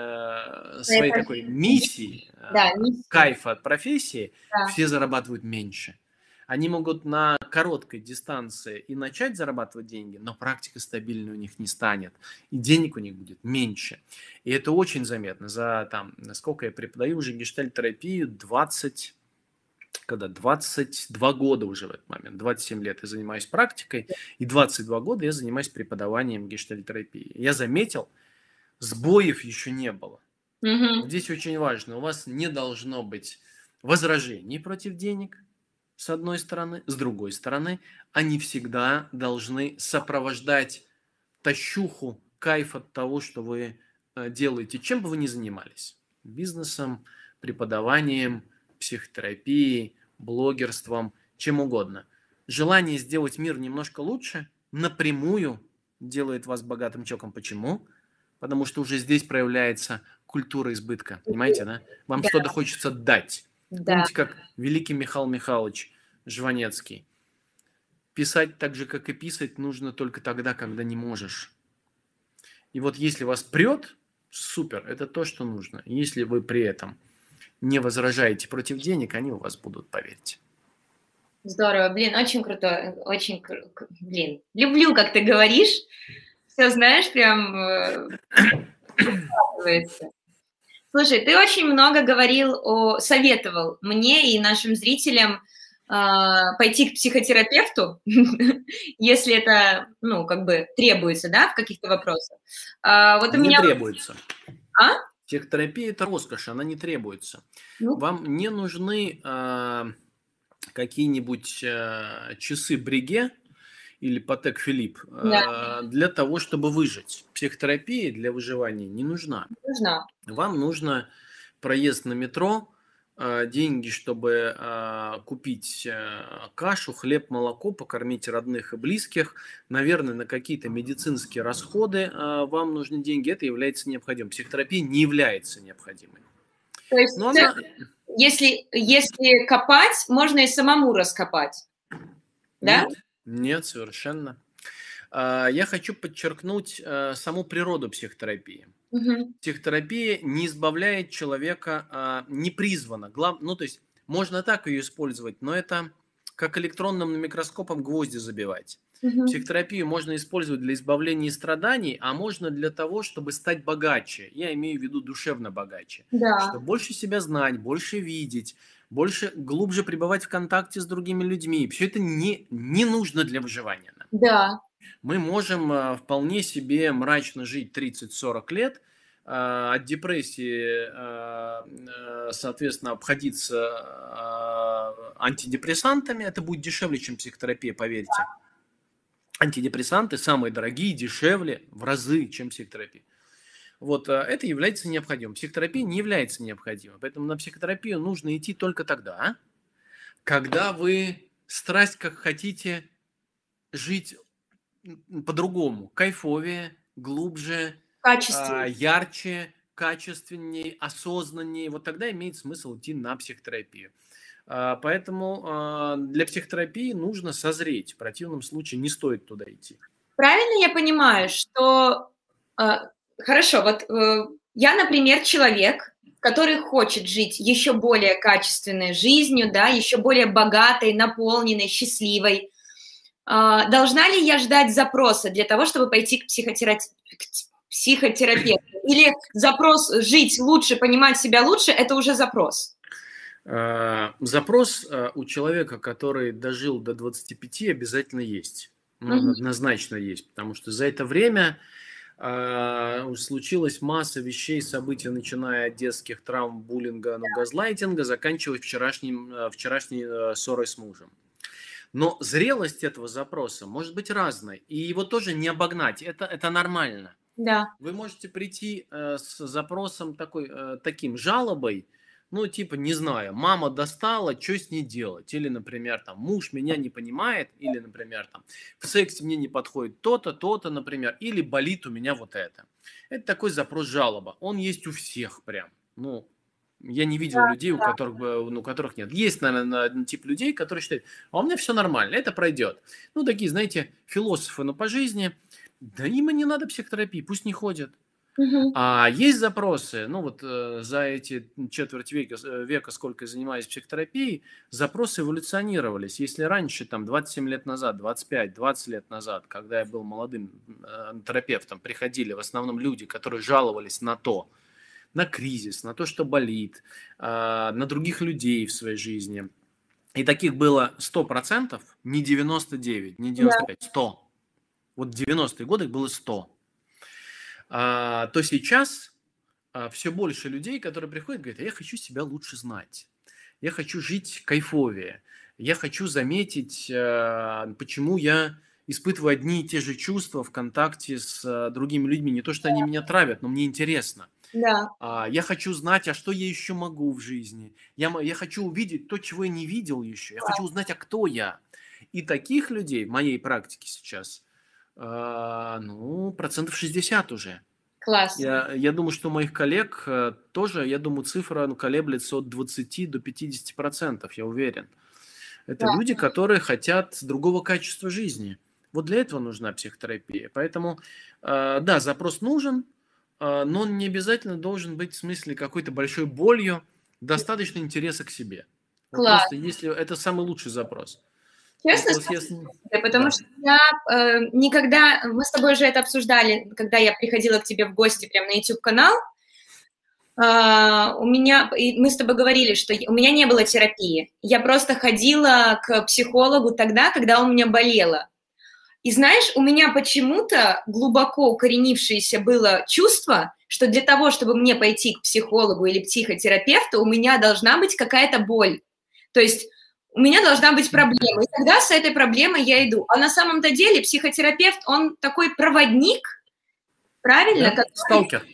э, Своей своей такой профессии. миссии, Да, э, миссия. кайфа от профессии, Да. все зарабатывают меньше. Они могут на короткой дистанции и начать зарабатывать деньги, но практика стабильной у них не станет, и денег у них будет меньше. И это очень заметно. За там, насколько я преподаю уже гештальт-терапию, двадцать, когда двадцать два года уже в этот момент, двадцать семь лет я занимаюсь практикой, и двадцать два года я занимаюсь преподаванием гештальт-терапии. Я заметил, сбоев еще не было. Мгм. Здесь очень важно, у вас не должно быть возражений против денег, с одной стороны, с другой стороны, они всегда должны сопровождать тащуху, кайф от того, что вы э, делаете, чем бы вы ни занимались. Бизнесом, преподаванием, психотерапией, блогерством, чем угодно. Желание сделать мир немножко лучше напрямую делает вас богатым человеком. Почему? Потому что уже здесь проявляется культура избытка. Понимаете, да? Вам Да, что-то хочется дать. да. Помните, как великий Михаил Михайлович Жванецкий? Писать так же, как и писать, нужно только тогда, когда не можешь. И вот если вас прет, супер, это то, что нужно. Если вы при этом не возражаете против денег, они у вас будут, поверьте. Здорово, блин, очень круто, очень, кру- к- блин, люблю, как ты говоришь, все знаешь, прям э, вкладывается. Слушай, ты очень много говорил о, советовал мне и нашим зрителям а, пойти к психотерапевту, если это, ну, как бы требуется, да, в каких-то вопросах. А, вот у Не меня, требуется. а? Психотерапия – это роскошь, она не требуется. Ну, Вам не нужны э, какие-нибудь э, часы Бриге или Патек Филипп да, э, для того, чтобы выжить. Психотерапия для выживания не нужна. нужна. Вам нужно проезд на метро, э, деньги, чтобы э, купить э, кашу, хлеб, молоко, покормить родных и близких. Наверное, на какие-то медицинские расходы э, вам нужны деньги. Это является необходимым. Психотерапия не является необходимой. То есть, Но она... если, если копать, можно и самому раскопать, да? Нет, нет, совершенно. А, Я хочу подчеркнуть э, саму природу психотерапии. Мгм. Психотерапия не избавляет человека, а, не призвана. Глав... Ну, то есть, можно так ее использовать, но это как электронным микроскопом гвозди забивать. Мгм. Психотерапию можно использовать для избавления страданий, а можно для того, чтобы стать богаче. Я имею в виду душевно богаче. Да, Чтобы больше себя знать, больше видеть, больше, глубже пребывать в контакте с другими людьми. Все это не, не нужно для выживания нам. да, Мы можем э, вполне себе мрачно жить тридцать-сорок лет, э, от депрессии, э, э, соответственно, обходиться э, антидепрессантами. Это будет дешевле, чем психотерапия, поверьте. Антидепрессанты самые дорогие, дешевле в разы, чем психотерапия. Вот э, это является необходимым. Психотерапия не является необходимой. Поэтому на психотерапию нужно идти только тогда, когда вы страсть как хотите жить по-другому, кайфовее, глубже, а, качественнее. ярче, качественнее, осознаннее. Вот тогда имеет смысл идти на психотерапию. А, Поэтому а, для психотерапии нужно созреть. В противном случае не стоит туда идти. Правильно я понимаю, что э, хорошо, вот э, я, например, человек, который хочет жить еще более качественной жизнью, да, еще более богатой, наполненной, счастливой. А, должна ли я ждать запроса для того, чтобы пойти к, психотера... к психотерапевту? Или запрос жить лучше, понимать себя лучше, это уже запрос? А, Запрос а, у человека, который дожил до двадцати пяти, обязательно есть. Ну, Мгм. однозначно есть, потому что за это время а, случилась масса вещей, событий, начиная от детских травм, буллинга, ну, газлайтинга, заканчивая вчерашним, а, вчерашней а, ссорой с мужем. Но зрелость этого запроса может быть разной, и его тоже не обогнать, это, это нормально. Да. Вы можете прийти э, с запросом такой, э, таким, жалобой, ну, типа, не знаю, мама достала, что с ней делать? Или, например, там, муж меня не понимает, или, например, там, в сексе мне не подходит то-то, то-то, например, или болит у меня вот это. Это такой запрос жалоба. Он есть у всех прям. Ну, я не видел людей, у которых, бы- ну, у которых нет. Есть, наверное, один тип людей, которые считают, а у меня все нормально, это пройдет. Ну, такие, знаете, философы, но по жизни. Да им и не надо психотерапии, пусть не ходят. Мгм. А есть запросы, ну вот э, за эти четверть века, э, века, сколько я занимаюсь психотерапией, запросы эволюционировались. Если раньше, там, двадцать семь лет назад, двадцать пять, двадцать лет назад, когда я был молодым э, терапевтом, приходили в основном люди, которые жаловались на то, на кризис, на то, что болит, э, на других людей в своей жизни. И таких было сто процентов, не девяносто девять, не девяносто Да, пять, сто. Вот в девяностые годы их было сто. А, то сейчас а, все больше людей, которые приходят, говорят: я хочу себя лучше знать, я хочу жить кайфовее, я хочу заметить, а, почему я испытываю одни и те же чувства в контакте с а, другими людьми. Не то, что они меня травят, но мне интересно. да, А, я хочу знать, а что я еще могу в жизни. Я, мо- я хочу увидеть то, чего я не видел еще. Я хочу узнать, а кто я. И таких людей в моей практике сейчас, а, ну, процентов шестьдесят уже. класс. Я, я думаю, что у моих коллег э, тоже, я думаю, цифра, ну, колеблется от двадцати до пятидесяти процентов, я уверен. Это Да, люди, которые хотят другого качества жизни. Вот для этого нужна психотерапия. Поэтому, э, да, запрос нужен, э, но он не обязательно должен быть в смысле какой-то большой болью, достаточно интереса к себе. Вот класс. просто если это самый лучший запрос. Честно, Просто вот я... спасибо тебе, потому Да. что я э, никогда, мы с тобой же это обсуждали, когда я приходила к тебе в гости прямо на YouTube-канал, а, у меня, и мы с тобой говорили, что у меня не было терапии, я просто ходила к психологу тогда, когда у меня болело. И знаешь, у меня почему-то глубоко укоренившееся было чувство, что для того, чтобы мне пойти к психологу или психотерапевту, у меня должна быть какая-то боль. То есть у меня должна быть проблема. И тогда с этой проблемой я иду. А на самом-то деле психотерапевт, он такой проводник, правильно? Да? Который... Сталкер.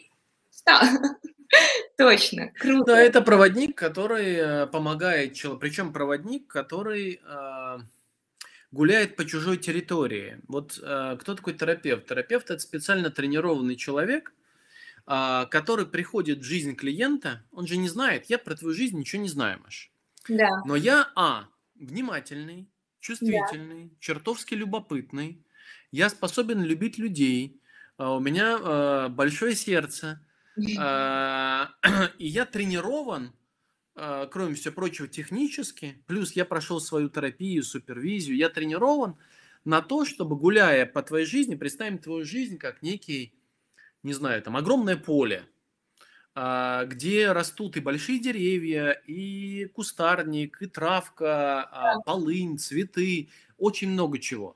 Точно, Да, круто. это проводник, который э, помогает человеку, причем проводник, который э, гуляет по чужой территории. Вот э, кто такой терапевт? Терапевт – это специально тренированный человек, а, который приходит в жизнь клиента, он же не знает, я про твою жизнь ничего не знаю, Маш. Да, Но я, а, внимательный, да. чувствительный, чертовски любопытный, я способен любить людей, а, у меня э, большое сердце, а, и я тренирован, а, кроме всего прочего, технически, плюс я прошел свою терапию, супервизию, я тренирован на то, чтобы, гуляя по твоей жизни, представить твою жизнь как некий, не знаю, там, огромное поле, а, где растут и большие деревья, и кустарник, и травка, а, полынь, цветы, очень много чего.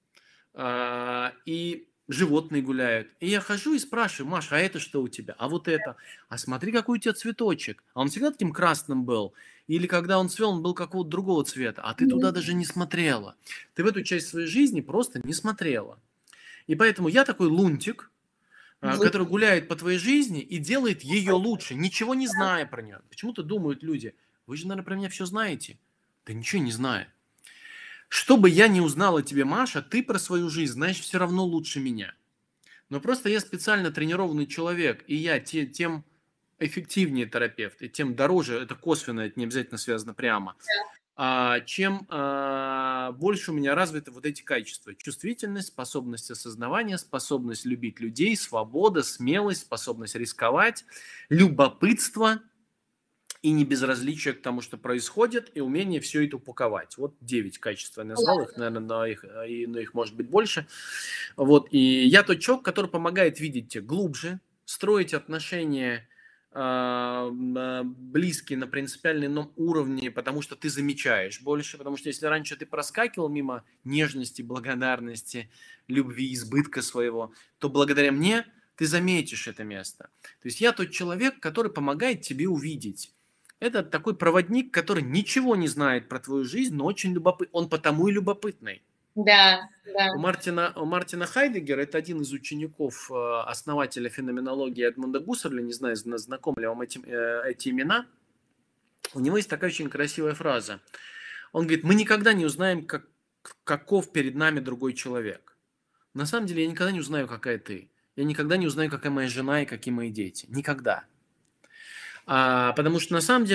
А, И животные гуляют. И я хожу и спрашиваю: Маша, а это что у тебя? А вот это? А смотри, какой у тебя цветочек. А он всегда таким красным был? Или когда он цвел, он был какого-то другого цвета? А ты туда даже не смотрела. Ты в эту часть своей жизни просто не смотрела. И поэтому я такой лунтик, а, Вы- который гуляет по твоей жизни и делает ее лучше, ничего не зная про нее. Почему-то думают люди: вы же, наверное, про меня все знаете. Да ничего не знаю. Что бы я не узнал о тебе, Маша, ты про свою жизнь знаешь все равно лучше меня. Но просто я специально тренированный человек, и я те, тем эффективнее терапевт, и тем дороже, это косвенно, это не обязательно связано прямо, а, чем а, больше у меня развиты вот эти качества. Чувствительность, способность осознавания, способность любить людей, свобода, смелость, способность рисковать, любопытство и не безразличие к тому, что происходит, и умение все это упаковать. Вот девять качеств я назвал, их, наверное, на их, и, но их может быть больше. Вот, и я тот человек, который помогает видеть тебя глубже, строить отношения а, а, близкие на принципиально ином уровне, потому что ты замечаешь больше, потому что если раньше ты проскакивал мимо нежности, благодарности, любви, избытка своего, то благодаря мне ты заметишь это место. То есть я тот человек, который помогает тебе увидеть. Это такой проводник, который ничего не знает про твою жизнь, но очень любопытный. Он потому и любопытный. Да, да. У Мартина, у Мартина Хайдеггера, это один из учеников э, основателя феноменологии Эдмунда Гуссерля, не знаю, зна- знакомы ли вам эти, э, эти имена, у него есть такая очень красивая фраза. Он говорит: мы никогда не узнаем, как, каков перед нами другой человек. На самом деле я никогда не узнаю, какая ты. Я никогда не узнаю, какая моя жена и какие мои дети. Никогда. А, потому что на самом деле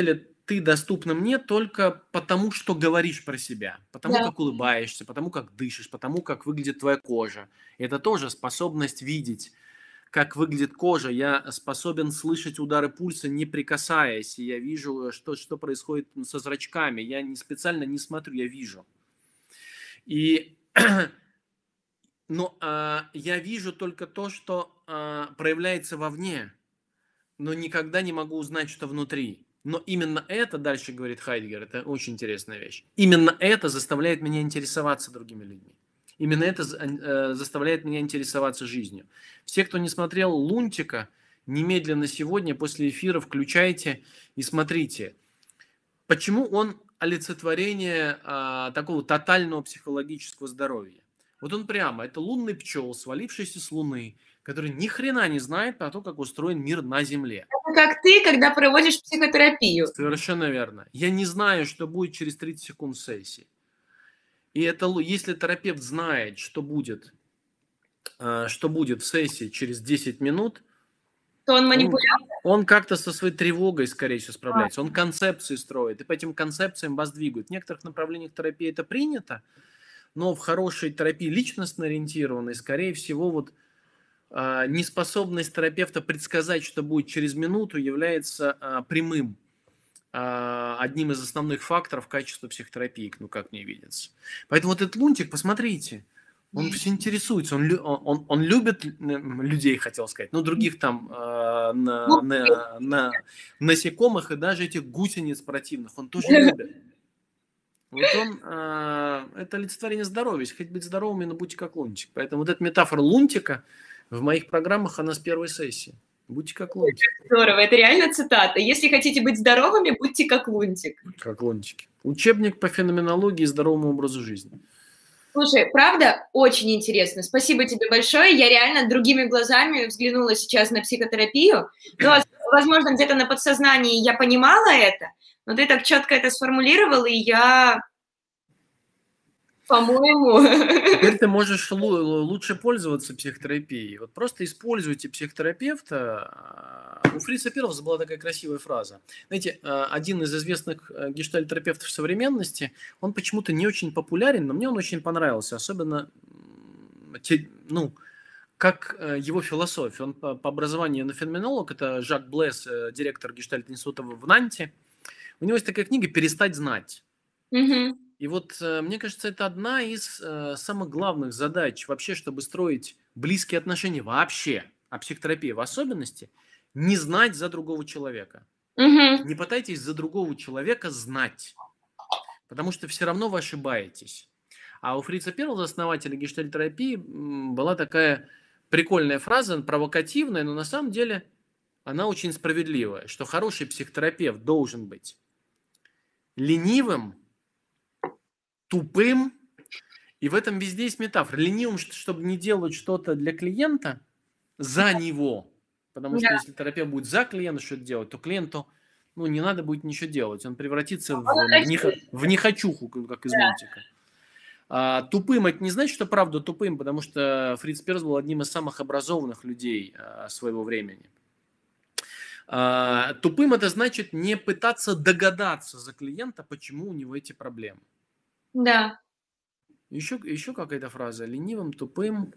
ты доступна мне только потому, что говоришь про себя, потому Да. как улыбаешься, потому как дышишь, потому как выглядит твоя кожа. Это тоже способность видеть, как выглядит кожа. Я способен слышать удары пульса, не прикасаясь. И я вижу, что, что происходит со зрачками. Я не специально не смотрю, я вижу. И, но а, я вижу только то, что а, проявляется вовне, но никогда не могу узнать, что внутри. Но именно это, дальше говорит Хайдеггер, это очень интересная вещь. Именно это заставляет меня интересоваться другими людьми. Именно это э, заставляет меня интересоваться жизнью. Все, кто не смотрел «Лунтика», немедленно сегодня после эфира включайте и смотрите. Почему он олицетворение а, такого тотального психологического здоровья? Вот он прямо, это лунный пчел, свалившийся с Луны, который ни хрена не знает про то, как устроен мир на Земле. Это как ты, когда проводишь психотерапию. Совершенно верно. Я не знаю, что будет через тридцать секунд сессии. И это, если терапевт знает, что будет, что будет в сессии через десять минут, То он он, манипулятор? он как-то со своей тревогой, скорее всего, справляется. Он концепции строит, и по этим концепциям вас двигают. В некоторых направлениях терапии это принято, но в хорошей терапии личностно ориентированной, скорее всего, вот неспособность терапевта предсказать, что будет через минуту, является прямым одним из основных факторов качества психотерапии, ну, как мне видится. Поэтому вот этот Лунтик, посмотрите, он все интересуется, он, он, он любит людей, хотел сказать, ну, других там э, на, на, на, насекомых и даже этих гусениц противных, он тоже любит. Вот он, э, это олицетворение здоровья, если хотите быть здоровыми, но будьте как Лунтик. Поэтому вот эта метафора Лунтика в моих программах, она с первой сессии. Будьте как Лунтик. Здорово, это реально цитата. Если хотите быть здоровыми, будьте как Лунтик. Как Лунтики. Учебник по феноменологии и здоровому образу жизни. Слушай, правда, очень интересно. Спасибо тебе большое. Я реально другими глазами взглянула сейчас на психотерапию. Но, возможно, где-то на подсознании я понимала это, но ты так четко это сформулировал, и я... По-моему. Теперь ты можешь лучше пользоваться психотерапией. Вот просто используйте психотерапевта. У Фрица Перлса была такая красивая фраза. Знаете, один из известных гештальтерапевтов современности, он почему-то не очень популярен, но мне он очень понравился. Особенно, ну, как его философия. Он по образованию феноменолог, это Жак Блесс, директор Гештальт-института в Нанте. У него есть такая книга «Перестать знать». Угу. И вот мне кажется, это одна из э, самых главных задач вообще, чтобы строить близкие отношения вообще, а психотерапия в особенности, не знать за другого человека. Угу. Не пытайтесь за другого человека знать, потому что все равно вы ошибаетесь. А у Фрица Перлса, основателя гештальтерапии, была такая прикольная фраза, провокативная, но на самом деле она очень справедливая, что хороший психотерапевт должен быть ленивым, тупым, и в этом везде есть метафора. Ленивым, чтобы не делать что-то для клиента за него. Потому что Да. если терапевт будет за клиента что-то делать, то клиенту ну, не надо будет ничего делать. Он превратится в, в, не, в нехочуху, как из мультика. А, тупым это не значит, что правда тупым, потому что Фриц Перс был одним из самых образованных людей а, своего времени. А, тупым это значит не пытаться догадаться за клиента, почему у него эти проблемы. Да. Еще, еще какая-то фраза. Ленивым, тупым.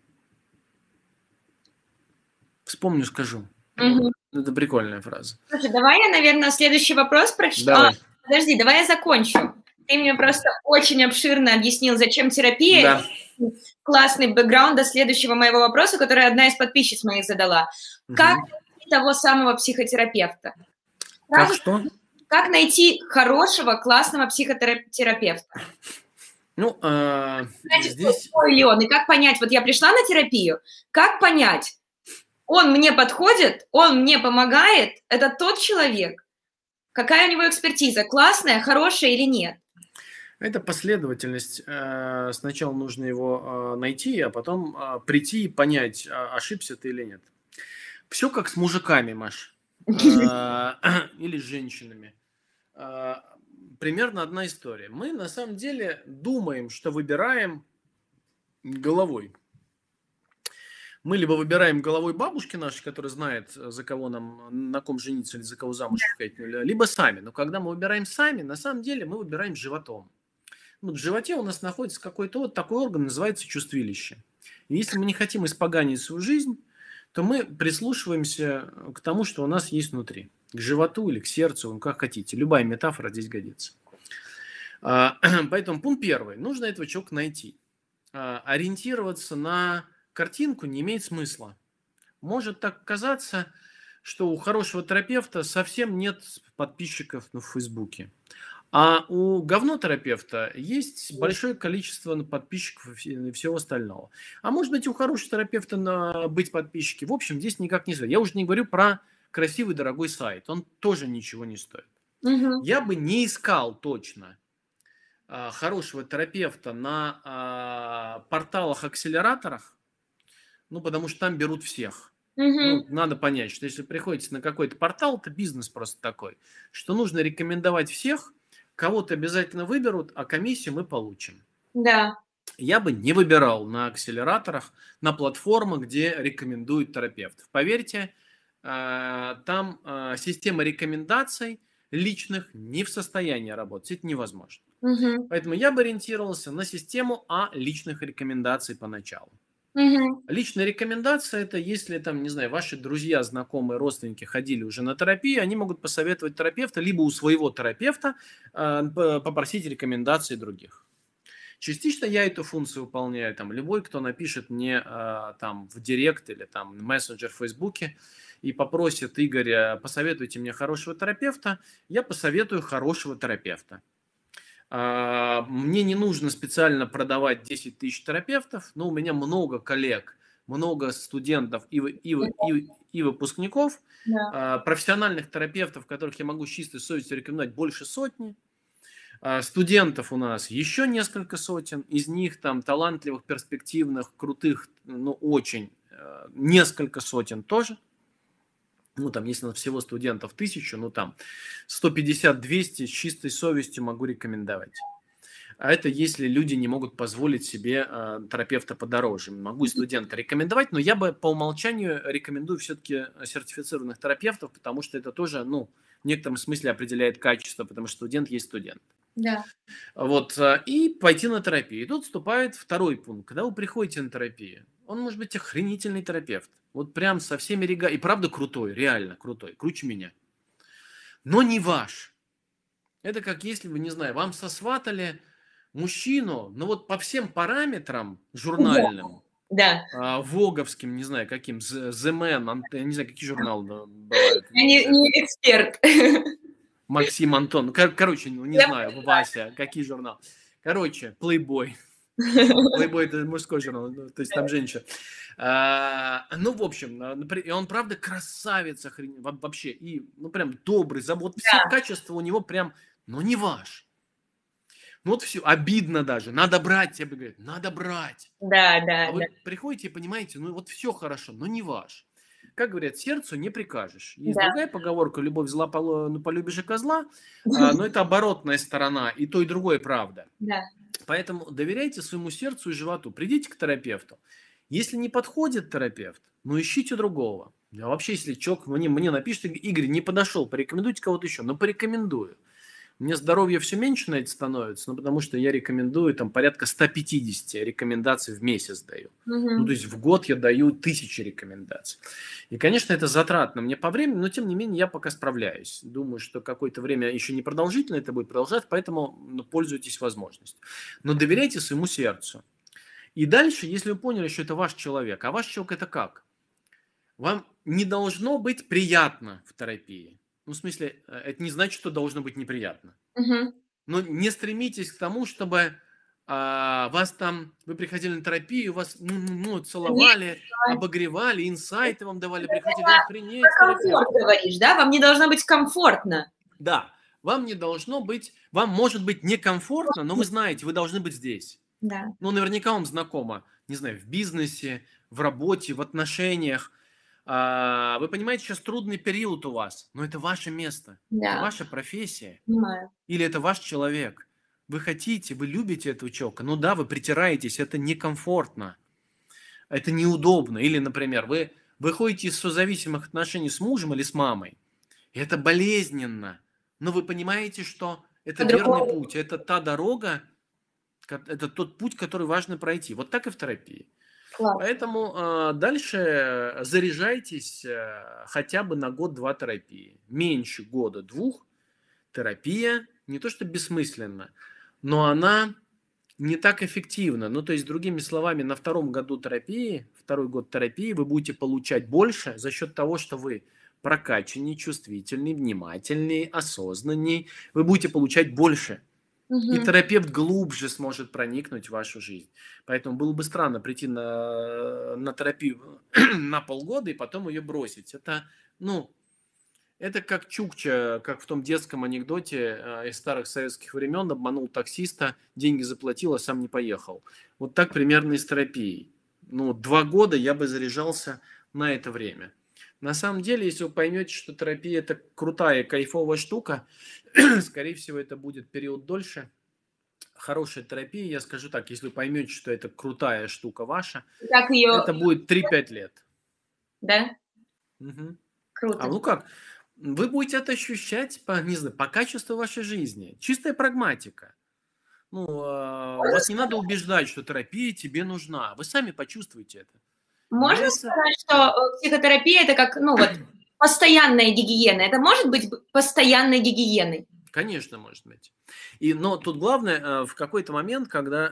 Вспомню, скажу. Угу. Это прикольная фраза. Слушай, давай я, наверное, следующий вопрос прочитаю. А, подожди, давай я закончу. Ты мне просто очень обширно объяснил, зачем терапия. Да. Классный бэкграунд до следующего моего вопроса, который одна из подписчиц моих задала. Угу. Как найти того самого психотерапевта? Как что? Как найти хорошего, классного психотерапевта? Ну, э, Значит, здесь... какой ли он? И как понять, вот я пришла на терапию, как понять, он мне подходит, он мне помогает, это тот человек, какая у него экспертиза, классная, хорошая или нет? Это последовательность. Сначала нужно его найти, а потом прийти и понять, ошибся ты или нет. Все как с мужиками, Маш, или с женщинами. Примерно одна история. Мы на самом деле думаем, что выбираем головой. Мы либо выбираем головой бабушки нашей, которая знает, за кого нам, на ком жениться или за кого замуж выходить, либо сами. Но когда мы выбираем сами, на самом деле мы выбираем животом. Вот в животе у нас находится какой-то вот такой орган, называется чувствилище. И если мы не хотим испоганить свою жизнь, то мы прислушиваемся к тому, что у нас есть внутри. К животу или к сердцу, ну, как хотите. Любая метафора здесь годится. Поэтому пункт первый. Нужно этого человека найти. Ориентироваться на картинку не имеет смысла. Может так казаться, что у хорошего терапевта совсем нет подписчиков в Фейсбуке. А у говнотерапевта есть большое количество подписчиков и всего остального. А может быть, у хорошего терапевта на быть подписчики. В общем, здесь никак не стоит. Я уже не говорю про красивый дорогой сайт. Он тоже ничего не стоит. Угу. Я бы не искал точно а, хорошего терапевта на а, порталах-акселераторах, ну, потому что там берут всех. Угу. Ну, надо понять, что если приходите на какой-то портал, это бизнес просто такой, что нужно рекомендовать всех, кого-то обязательно выберут, а комиссию мы получим. Да. Я бы не выбирал на акселераторах, на платформах, где рекомендуют терапевтов. Поверьте, там система рекомендаций личных не в состоянии работать. Это невозможно. Угу. Поэтому я бы ориентировался на систему А личных рекомендаций поначалу. Угу. Личная рекомендация – это если, там, не знаю, ваши друзья, знакомые, родственники ходили уже на терапию, они могут посоветовать терапевта, либо у своего терапевта э, попросить рекомендации других. Частично я эту функцию выполняю. Там, любой, кто напишет мне э, там, в директ или там, в мессенджер в Фейсбуке и попросит: Игорь, посоветуйте мне хорошего терапевта, я посоветую хорошего терапевта. Мне не нужно специально продавать десять тысяч терапевтов, но у меня много коллег, много студентов и, и, и, и выпускников, да. Профессиональных терапевтов, которых я могу с чистой совестью рекомендовать, больше сотни. Студентов у нас еще несколько сотен, из них там талантливых, перспективных, крутых, ну очень, несколько сотен тоже. Ну, там, если всего студентов тысячу, ну, там, сто пятьдесят - двести с чистой совестью могу рекомендовать. А это если люди не могут позволить себе э, терапевта подороже. Могу и студента рекомендовать, но я бы по умолчанию рекомендую все-таки сертифицированных терапевтов, потому что это тоже, ну, в некотором смысле определяет качество, потому что студент есть студент. Да. Вот, и пойти на терапию. И тут вступает второй пункт. Когда вы приходите на терапию, он может быть охренительный терапевт. Вот прям со всеми регалиями. И правда крутой, реально крутой, круче меня. Но не ваш. Это как если вы, не знаю, вам сосватали мужчину, ну вот по всем параметрам журнальным, да. а, воговским, не знаю, каким, The Man, я не знаю, какие журналы бывают. Я не, не эксперт. Максим Антон, кор- короче, ну, не я знаю, понимаю. Вася, какие журналы. Короче, Playboy. Playboy – это мужской журнал, то есть там женщина. А, ну, в общем, и он, правда, красавец охрен... вообще. И, ну, прям добрый, забот. Все да. Качества у него прям, ну, не ваш. Ну, вот все, обидно даже. Надо брать, тебе говорят, надо брать. Да, да. А да. вы приходите и понимаете, ну, вот все хорошо, но не ваш. Как говорят, сердцу не прикажешь. Есть да. другая поговорка: любовь зла, ну, полюбишь и козла, а, но это оборотная сторона, и то, и другое правда. Да. Поэтому доверяйте своему сердцу и животу. Придите к терапевту. Если не подходит терапевт, ну, ищите другого. А вообще, если человек мне, мне напишет: Игорь, не подошел, порекомендуйте кого-то еще. Ну, порекомендую. Мне здоровье все меньше на это становится, ну, потому что я рекомендую там порядка сто пятьдесят рекомендаций в месяц даю. Угу. Ну, то есть в год я даю тысячи рекомендаций. И, конечно, это затратно мне по времени, но, тем не менее, я пока справляюсь. Думаю, что какое-то время еще не продолжительно это будет продолжать, поэтому ну, пользуйтесь возможностью. Но доверяйте своему сердцу. И дальше, если вы поняли, что это ваш человек, а ваш человек это как? Вам не должно быть приятно в терапии. Ну, в смысле, это не значит, что должно быть неприятно. Угу. Но не стремитесь к тому, чтобы а, вас там, вы приходили на терапию, вас ну, ну, целовали, Нет. обогревали, инсайты вам давали, приходили, охренеть. Комфорт, говоришь, да? Вам не должно быть комфортно. Да, вам не должно быть, вам может быть некомфортно, но вы знаете, вы должны быть здесь. Да. Ну, наверняка вам знакомо, не знаю, в бизнесе, в работе, в отношениях. Вы понимаете, сейчас трудный период у вас, но это ваше место, да. это ваша профессия. Понимаю. Или это ваш человек. Вы хотите, вы любите этого человека. Ну да, вы притираетесь, это некомфортно. Это неудобно. Или, например, вы выходите из созависимых отношений с мужем или с мамой. И это болезненно. Но вы понимаете, что это верный По-другому. путь. Это та дорога, ко- это тот путь, который важно пройти. Вот так и в терапии. Класс. Поэтому э, дальше заряжайтесь э, хотя бы на год-два терапии. Меньше года-двух терапия не то что бессмысленна, но она не так эффективна. Ну, то есть, другими словами, на втором году терапии, второй год терапии вы будете получать больше за счет того, что вы прокачаннее, чувствительнее, внимательнее, осознаннее. Вы будете получать больше. И Мгм. терапевт глубже сможет проникнуть в вашу жизнь. Поэтому было бы странно прийти на, на терапию на полгода и потом ее бросить. Это, ну, это как Чукча, как в том детском анекдоте э, из старых советских времен, обманул таксиста, деньги заплатил, а сам не поехал. Вот так примерно и с терапией. Ну, два года я бы заряжался на это время. На самом деле, если вы поймете, что терапия – это крутая, кайфовая штука, скорее всего, это будет период дольше. Хорошая терапия, я скажу так, если вы поймете, что это крутая штука ваша, Как ее, это будет три-пять лет. да? Мгм. А Круто. ну как? Вы будете это ощущать по, не знаю, по качеству вашей жизни. Чистая прагматика. Ну, а, вас не надо убеждать, что терапия тебе нужна. Вы сами почувствуете это. Можно Мне сказать, что э, психотерапия это как, ну вот, постоянная гигиена. Это может быть б- постоянной гигиеной? Конечно, может быть. И, но тут главное, э, в какой-то момент, когда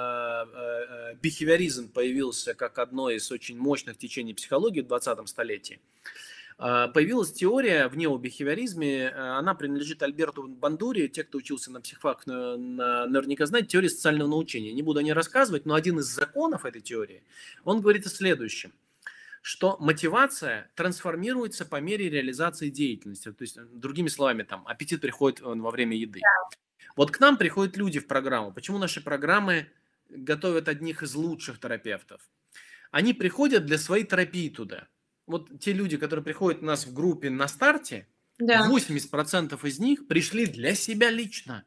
э, э, э, бихевиоризм появился как одно из очень мощных течений психологии в двадцатом столетии, э, появилась теория в необихевиоризме, э, она принадлежит Альберту Бандури, те, кто учился на психфак, на- на- наверняка знают, теория социального научения. Не буду о ней рассказывать, но один из законов этой теории, он говорит о следующем, что мотивация трансформируется по мере реализации деятельности. То есть, другими словами, там, аппетит приходит э, во время еды. Вот к нам приходят люди в программу. Почему наши программы готовят одних из лучших терапевтов? Они приходят для своей терапии туда. Вот те люди, которые приходят у нас в группе на старте, Да. восемьдесят процентов из них пришли для себя лично.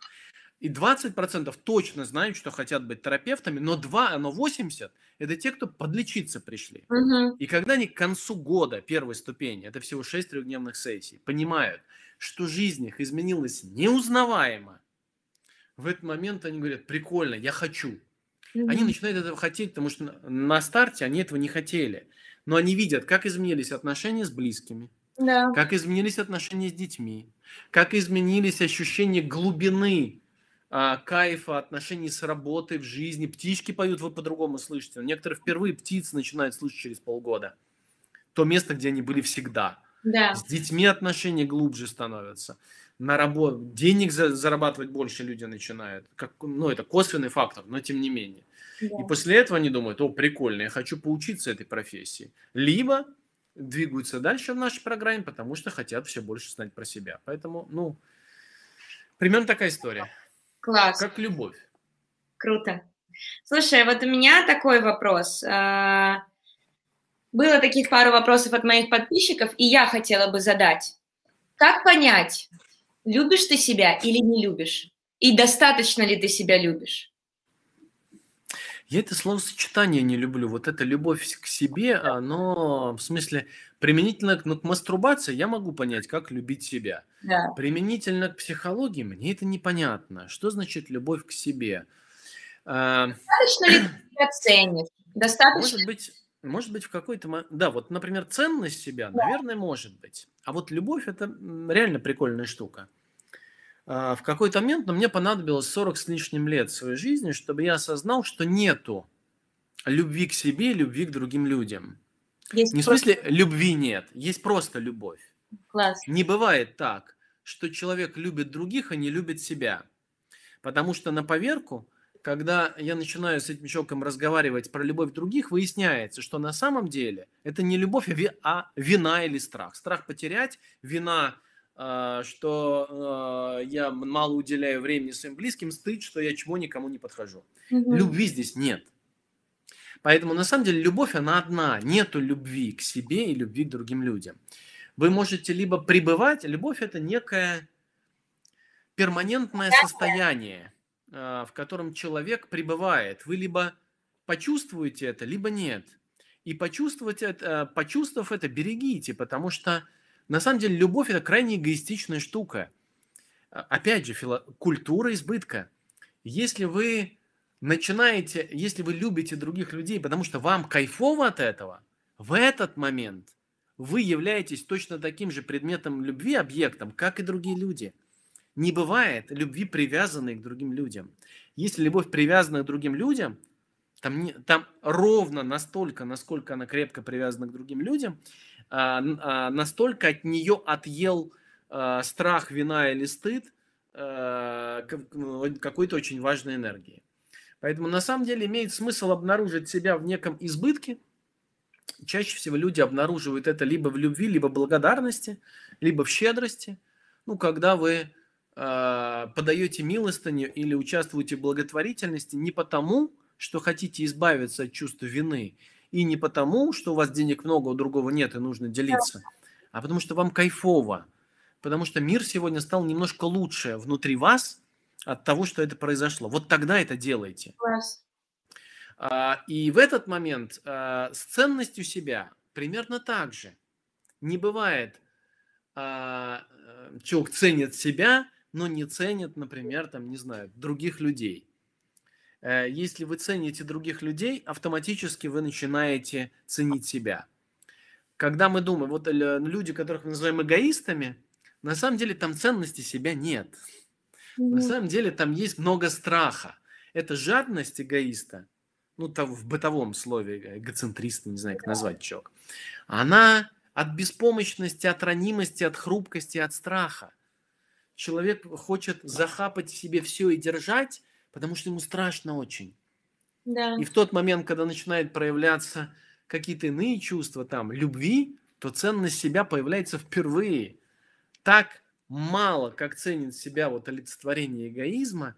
И двадцать процентов точно знают, что хотят быть терапевтами, но два, но восемьдесят это те, кто подлечиться пришли. Мгм. И когда они к концу года, первой ступени, это всего шесть трехдневных сессий, понимают, что жизнь их изменилась неузнаваемо, в этот момент они говорят, прикольно, я хочу. Они Мгм. начинают этого хотеть, потому что на- на старте они этого не хотели. Но они видят, как изменились отношения с близкими, Да. как изменились отношения с детьми, как изменились ощущения глубины, а, кайфа, отношений с работой, в жизни. Птички поют, вы по-другому слышите. Некоторые впервые птицы начинают слышать через полгода. То место, где они были всегда. Да. С детьми отношения глубже становятся. На работу, денег за- зарабатывать больше люди начинают. Как, ну, это косвенный фактор, но тем не менее. И Да. после этого они думают, о, прикольно, я хочу поучиться этой профессии. Либо двигаются дальше в нашей программе, потому что хотят все больше знать про себя. Поэтому, ну, примерно такая история. Класс. Как любовь. Круто. Слушай, вот у меня такой вопрос. А, Было таких пару вопросов от моих подписчиков, и я хотела бы задать. Как понять, любишь ты себя или не любишь? И достаточно ли ты себя любишь? Я это словосочетание не люблю. Вот эта любовь к себе, оно, в смысле, применительно к, ну, к мастурбации я могу понять, как любить себя. Да. Применительно к психологии мне это непонятно. Что значит любовь к себе? А, Достаточно ли ты себя ценишь? Достаточно? Может быть, может быть в какой-то момент... Да, вот, например, ценность себя, наверное, может быть. А вот любовь – это м, реально прикольная штука. А, В какой-то момент, но мне понадобилось сорок с лишним лет своей жизни, чтобы я осознал, что нету любви к себе, любви к другим людям. Есть Не в просто смысле любви нет, есть просто любовь. класс. Не бывает так, что человек любит других, а не любит себя. Потому что на поверку, когда я начинаю с этим человеком разговаривать про любовь других, выясняется, что на самом деле это не любовь, а ви- а вина или страх. Страх потерять, вина, э, что э, я мало уделяю времени своим близким, стыд, что я чего никому не подхожу. Мгм. Любви здесь нет. Поэтому на самом деле любовь, она одна. Нету любви к себе и любви к другим людям. Вы можете либо пребывать, любовь это некое перманентное состояние, э, в котором человек пребывает. Вы либо почувствуете это, либо нет. И почувствовать это, почувствовав это, берегите, потому что на самом деле любовь – это крайне эгоистичная штука. Опять же, фило... культура избытка. Если вы начинаете, если вы любите других людей, потому что вам кайфово от этого, в этот момент вы являетесь точно таким же предметом любви, объектом, как и другие люди. Не бывает любви, привязанной к другим людям. Если любовь привязана к другим людям, там, не, там ровно настолько, насколько она крепко привязана к другим людям, а, а, настолько от нее отъел а, страх, вина или стыд а, какой-то очень важной энергии. Поэтому на самом деле имеет смысл обнаружить себя в неком избытке. Чаще всего люди обнаруживают это либо в любви, либо в благодарности, либо в щедрости. Ну, когда вы э, подаете милостыню или участвуете в благотворительности не потому, что хотите избавиться от чувства вины, и не потому, что у вас денег много, у другого нет и нужно делиться, а потому что вам кайфово. Потому что мир сегодня стал немножко лучше внутри вас от того, что это произошло. Вот тогда это делайте. Класс. И в этот момент с ценностью себя примерно так же. Не бывает, человек ценит себя, но не ценит, например, там, не знаю, других людей. Если вы цените других людей, автоматически вы начинаете ценить себя. Когда мы думаем, вот люди, которых мы называем эгоистами, на самом деле там ценности себя нет. Mm-hmm. На самом деле там есть много страха. Это жадность эгоиста, ну, там в бытовом слове эгоцентриста, не знаю, как назвать человек, она от беспомощности, от ранимости, от хрупкости, от страха. Человек хочет захапать в себе все и держать, потому что ему страшно очень. Да. И в тот момент, когда начинают проявляться какие-то иные чувства, там, любви, то ценность себя появляется впервые. Так мало, как ценит себя вот олицетворение эгоизма,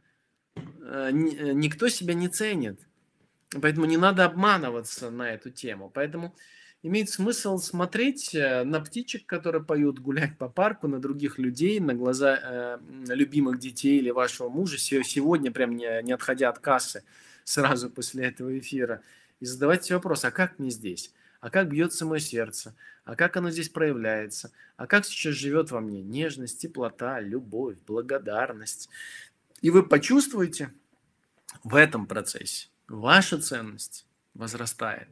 никто себя не ценит. Поэтому не надо обманываться на эту тему. Поэтому имеет смысл смотреть на птичек, которые поют, гулять по парку, на других людей, на глаза э, любимых детей или вашего мужа. Сегодня, прям не, не отходя от кассы, сразу после этого эфира, и задавать себе вопрос, а как мне здесь? А как бьется мое сердце? А как оно здесь проявляется? А как сейчас живет во мне нежность, теплота, любовь, благодарность? И вы почувствуете в этом процессе, ваша ценность возрастает.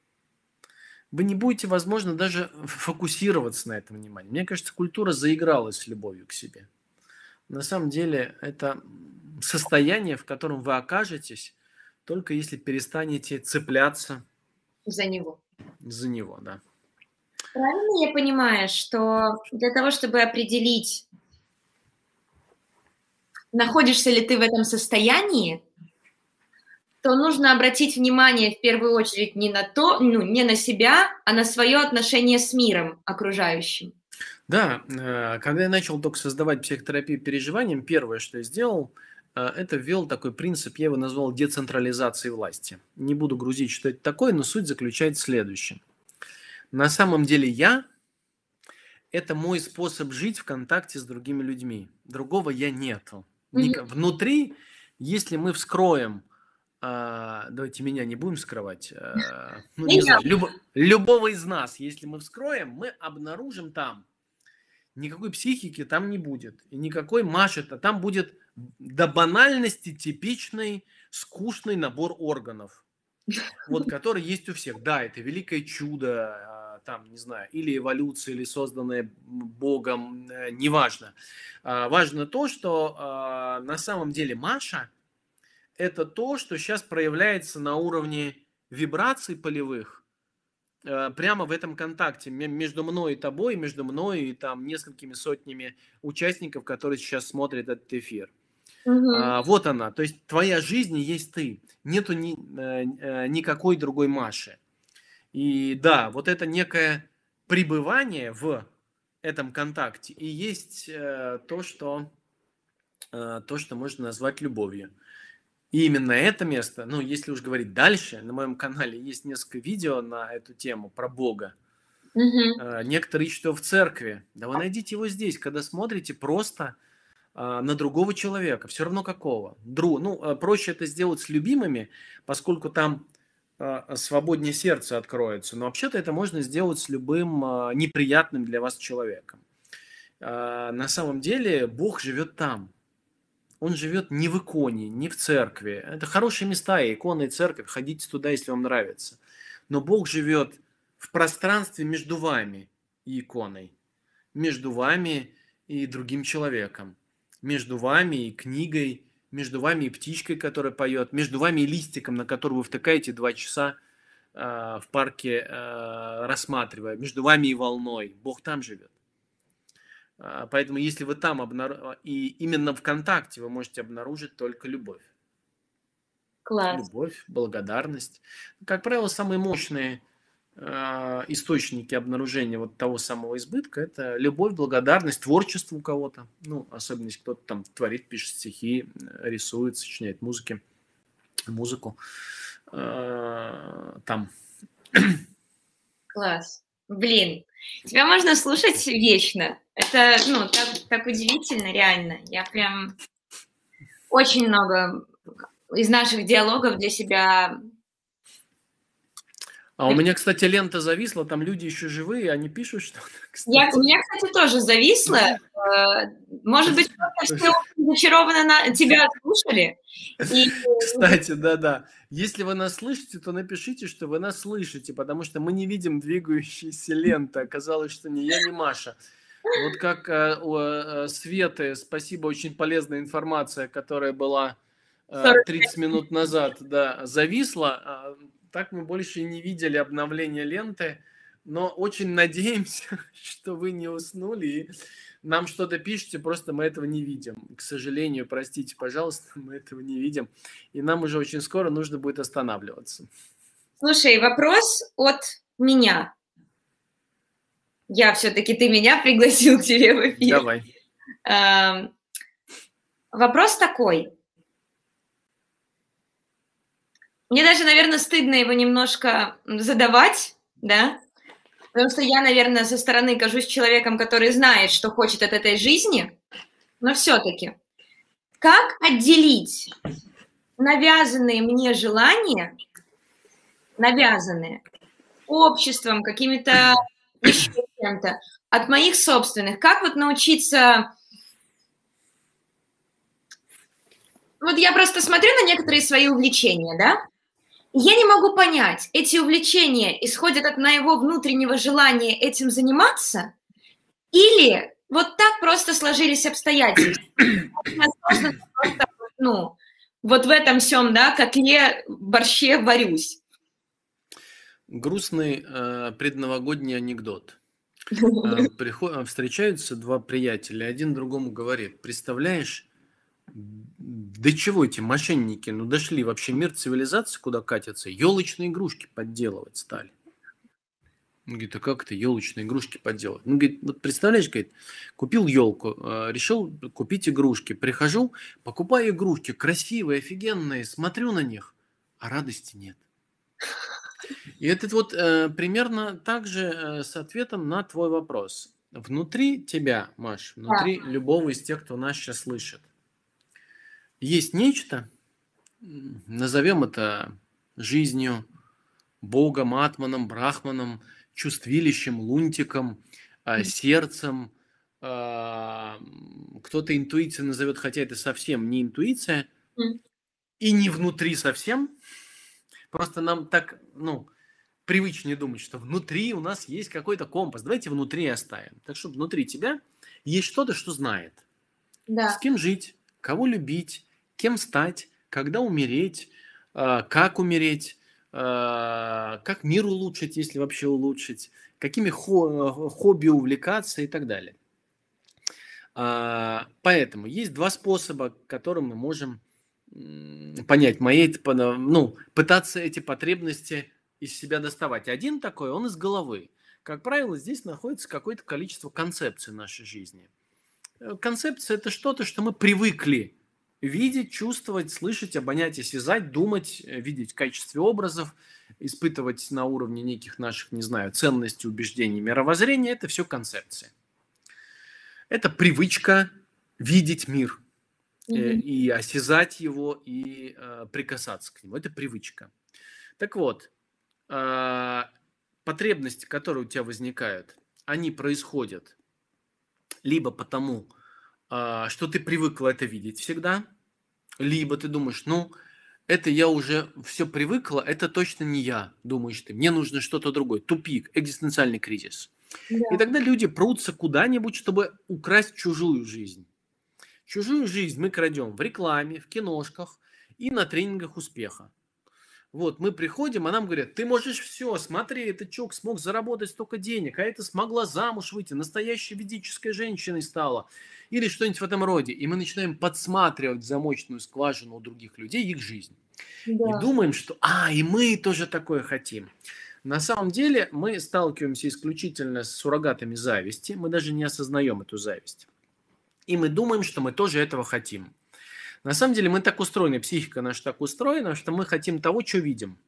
Вы не будете, возможно, даже фокусироваться на этом внимании. Мне кажется, культура заигралась с любовью к себе. На самом деле, это состояние, в котором вы окажетесь, только если перестанете цепляться за него. За него, да. Правильно я понимаю, что для того, чтобы определить, находишься ли ты в этом состоянии, то нужно обратить внимание в первую очередь не на то, ну, не на себя, а на свое отношение с миром окружающим. Да, когда я начал только создавать психотерапию переживаниям, первое, что я сделал, это ввел такой принцип, я его назвал децентрализацией власти. Не буду грузить, что это такое, но суть заключается в следующем. На самом деле я – это мой способ жить в контакте с другими людьми. Другого я нету. Mm-hmm. Внутри, если мы вскроем, а, давайте меня не будем скрывать, а, ну, не знаю, люб, любого из нас, если мы вскроем, мы обнаружим там, никакой психики там не будет, и никакой Маши, а там будет до банальности типичный скучный набор органов, вот, который есть у всех. Да, это великое чудо, там, не знаю, или эволюция, или созданное Богом, неважно. Важно то, что на самом деле Маша – это то, что сейчас проявляется на уровне вибраций полевых, прямо в этом контакте между мной и тобой, между мной и там несколькими сотнями участников, которые сейчас смотрят этот эфир. Угу. А, вот она, то есть твоя жизнь есть ты, нету ни, э, никакой другой Маши. И да, вот это некое пребывание в этом контакте и есть э, то, что, э, то, что можно назвать любовью. И именно это место, ну, если уж говорить дальше, на моем канале есть несколько видео на эту тему про Бога. Uh-huh. Некоторые ищут его в церкви. Да вы найдите его здесь, когда смотрите просто а, на другого человека, все равно какого. Друг, ну, проще это сделать с любимыми, поскольку там а, свободнее сердце откроется. Но вообще-то это можно сделать с любым а, неприятным для вас человеком. А, на самом деле Бог живет там. Он живет не в иконе, не в церкви. Это хорошие места, и икона, и церковь. Ходите туда, если вам нравится. Но Бог живет в пространстве между вами и иконой, между вами и другим человеком, между вами и книгой, между вами и птичкой, которая поет, между вами и листиком, на который вы втыкаете два часа э, в парке, э, рассматривая, между вами и волной. Бог там живет. Э, поэтому если вы там обнаружите, и именно в контакте вы можете обнаружить только любовь. Класс. Любовь, благодарность. Как правило, самые мощные э, источники обнаружения вот того самого избытка – это любовь, благодарность, творчество у кого-то. Ну, особенно если кто-то там творит, пишет стихи, рисует, сочиняет музыки, музыку. Э, там. Класс. Блин, тебя можно слушать вечно. Это, ну, так, так удивительно, реально. Я прям очень много из наших диалогов для себя... А у меня, кстати, лента зависла, там люди еще живые, они пишут что-то. Я, у меня, кстати, тоже зависло. Может быть, все зачарованно на тебя слушали. И... Кстати, да-да. Если вы нас слышите, то напишите, что вы нас слышите, потому что мы не видим двигающиеся ленты. Оказалось, что ни я, ни Маша. Вот как э, у э, Светы, спасибо, очень полезная информация, которая была э, тридцать минут назад, да, зависла. Так мы больше не видели обновления ленты, но очень надеемся, что вы не уснули и нам что-то пишете, просто мы этого не видим. К сожалению, простите, пожалуйста, мы этого не видим, и нам уже очень скоро нужно будет останавливаться. Слушай, вопрос от меня. Я все-таки, ты меня пригласил к тебе в эфир. Давай. Эм, вопрос такой. Мне даже, наверное, стыдно его немножко задавать, да, потому что я, наверное, со стороны кажусь человеком, который знает, что хочет от этой жизни, но все-таки, как отделить навязанные мне желания, навязанные обществом, какими-то еще чем-то, от моих собственных? Как вот научиться... Вот я просто смотрю на некоторые свои увлечения, да, я не могу понять, эти увлечения исходят от моего внутреннего желания этим заниматься или вот так просто сложились обстоятельства. Просто, ну, вот в этом всем, да, котле, борще варюсь. Грустный э, предновогодний анекдот. Э, приход... Встречаются два приятеля, один другому говорит: представляешь, до чего эти мошенники, ну дошли вообще мир цивилизации, куда катятся, елочные игрушки подделывать стали. Он говорит: а как это елочные игрушки подделывать? Ну, говорит, вот представляешь, говорит, купил елку, решил купить игрушки, прихожу, покупаю игрушки красивые, офигенные, смотрю на них, а радости нет. И это вот э, примерно так же э, с ответом на твой вопрос. Внутри тебя, Маш, внутри да. любого из тех, кто нас сейчас слышит, есть нечто, назовем это жизнью, Богом, Атманом, Брахманом, чувствилищем, лунтиком, э, сердцем. Э, кто-то интуицией назовет, хотя это совсем не интуиция, mm. и не внутри совсем. Просто нам так, ну, привычнее думать, что внутри у нас есть какой-то компас. Давайте внутри оставим. Так что внутри тебя есть что-то, что знает. Да. С кем жить, кого любить, кем стать, когда умереть, э, как умереть, как мир улучшить, если вообще улучшить, какими хобби увлекаться и так далее. Поэтому есть два способа, которым мы можем понять, мои, ну, пытаться эти потребности из себя доставать. Один такой, он из головы. Как правило, здесь находится какое-то количество концепций в нашей жизни. Концепция – это что-то, что мы привыкли видеть, чувствовать, слышать, обонять, осязать, думать, видеть в качестве образов, испытывать на уровне неких наших, не знаю, ценностей, убеждений, мировоззрения. Это все концепции. Это привычка видеть мир mm-hmm. и осязать его, и э, прикасаться к нему. Это привычка. Так вот, а, потребности, которые у тебя возникают, они происходят либо потому, а, что ты привыкла это видеть всегда, либо ты думаешь, ну, это я уже все привыкла, это точно не я, думаешь ты, мне нужно что-то другое. Тупик, экзистенциальный кризис. И Да, тогда люди прутся куда-нибудь, чтобы украсть чужую жизнь. Чужую жизнь мы крадем в рекламе, в киношках и на тренингах успеха. Вот, мы приходим, а нам говорят, ты можешь все, смотри, этот чувак смог заработать столько денег, а это смогла замуж выйти, настоящей ведической женщиной стала, или что-нибудь в этом роде. И мы начинаем подсматривать в замочную скважину у других людей их жизнь. И да, думаем, что, а, и мы тоже такое хотим. На самом деле мы сталкиваемся исключительно с суррогатами зависти, мы даже не осознаем эту зависть. И мы думаем, что мы тоже этого хотим. На самом деле мы так устроены, психика наша так устроена, что мы хотим того, что видим.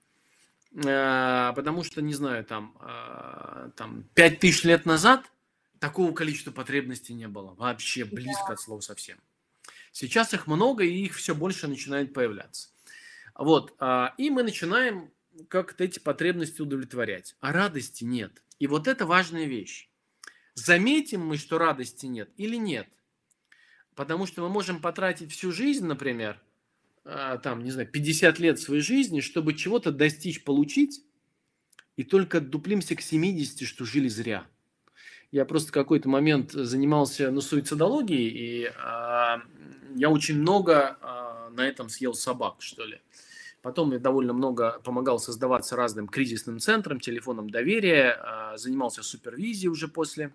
Э, Потому что, не знаю, там, э, там пять тысяч лет назад такого количества потребностей не было. Вообще близко от слова совсем. Сейчас их много, и их все больше начинает появляться. Вот. а, И мы начинаем как-то эти потребности удовлетворять. А радости нет. И вот это важная вещь. Заметим мы, что радости нет или нет? Потому что мы можем потратить всю жизнь, например, а, там, не знаю, пятьдесят лет своей жизни, чтобы чего-то достичь, получить, и только дуплимся к семидесяти, что жили зря. Я просто какой-то момент занимался, ну, суицидологией, и а, я очень много а, на этом съел собак, что ли. Потом я довольно много помогал создаваться разным кризисным центрам, телефонам доверия, а, занимался супервизией уже после.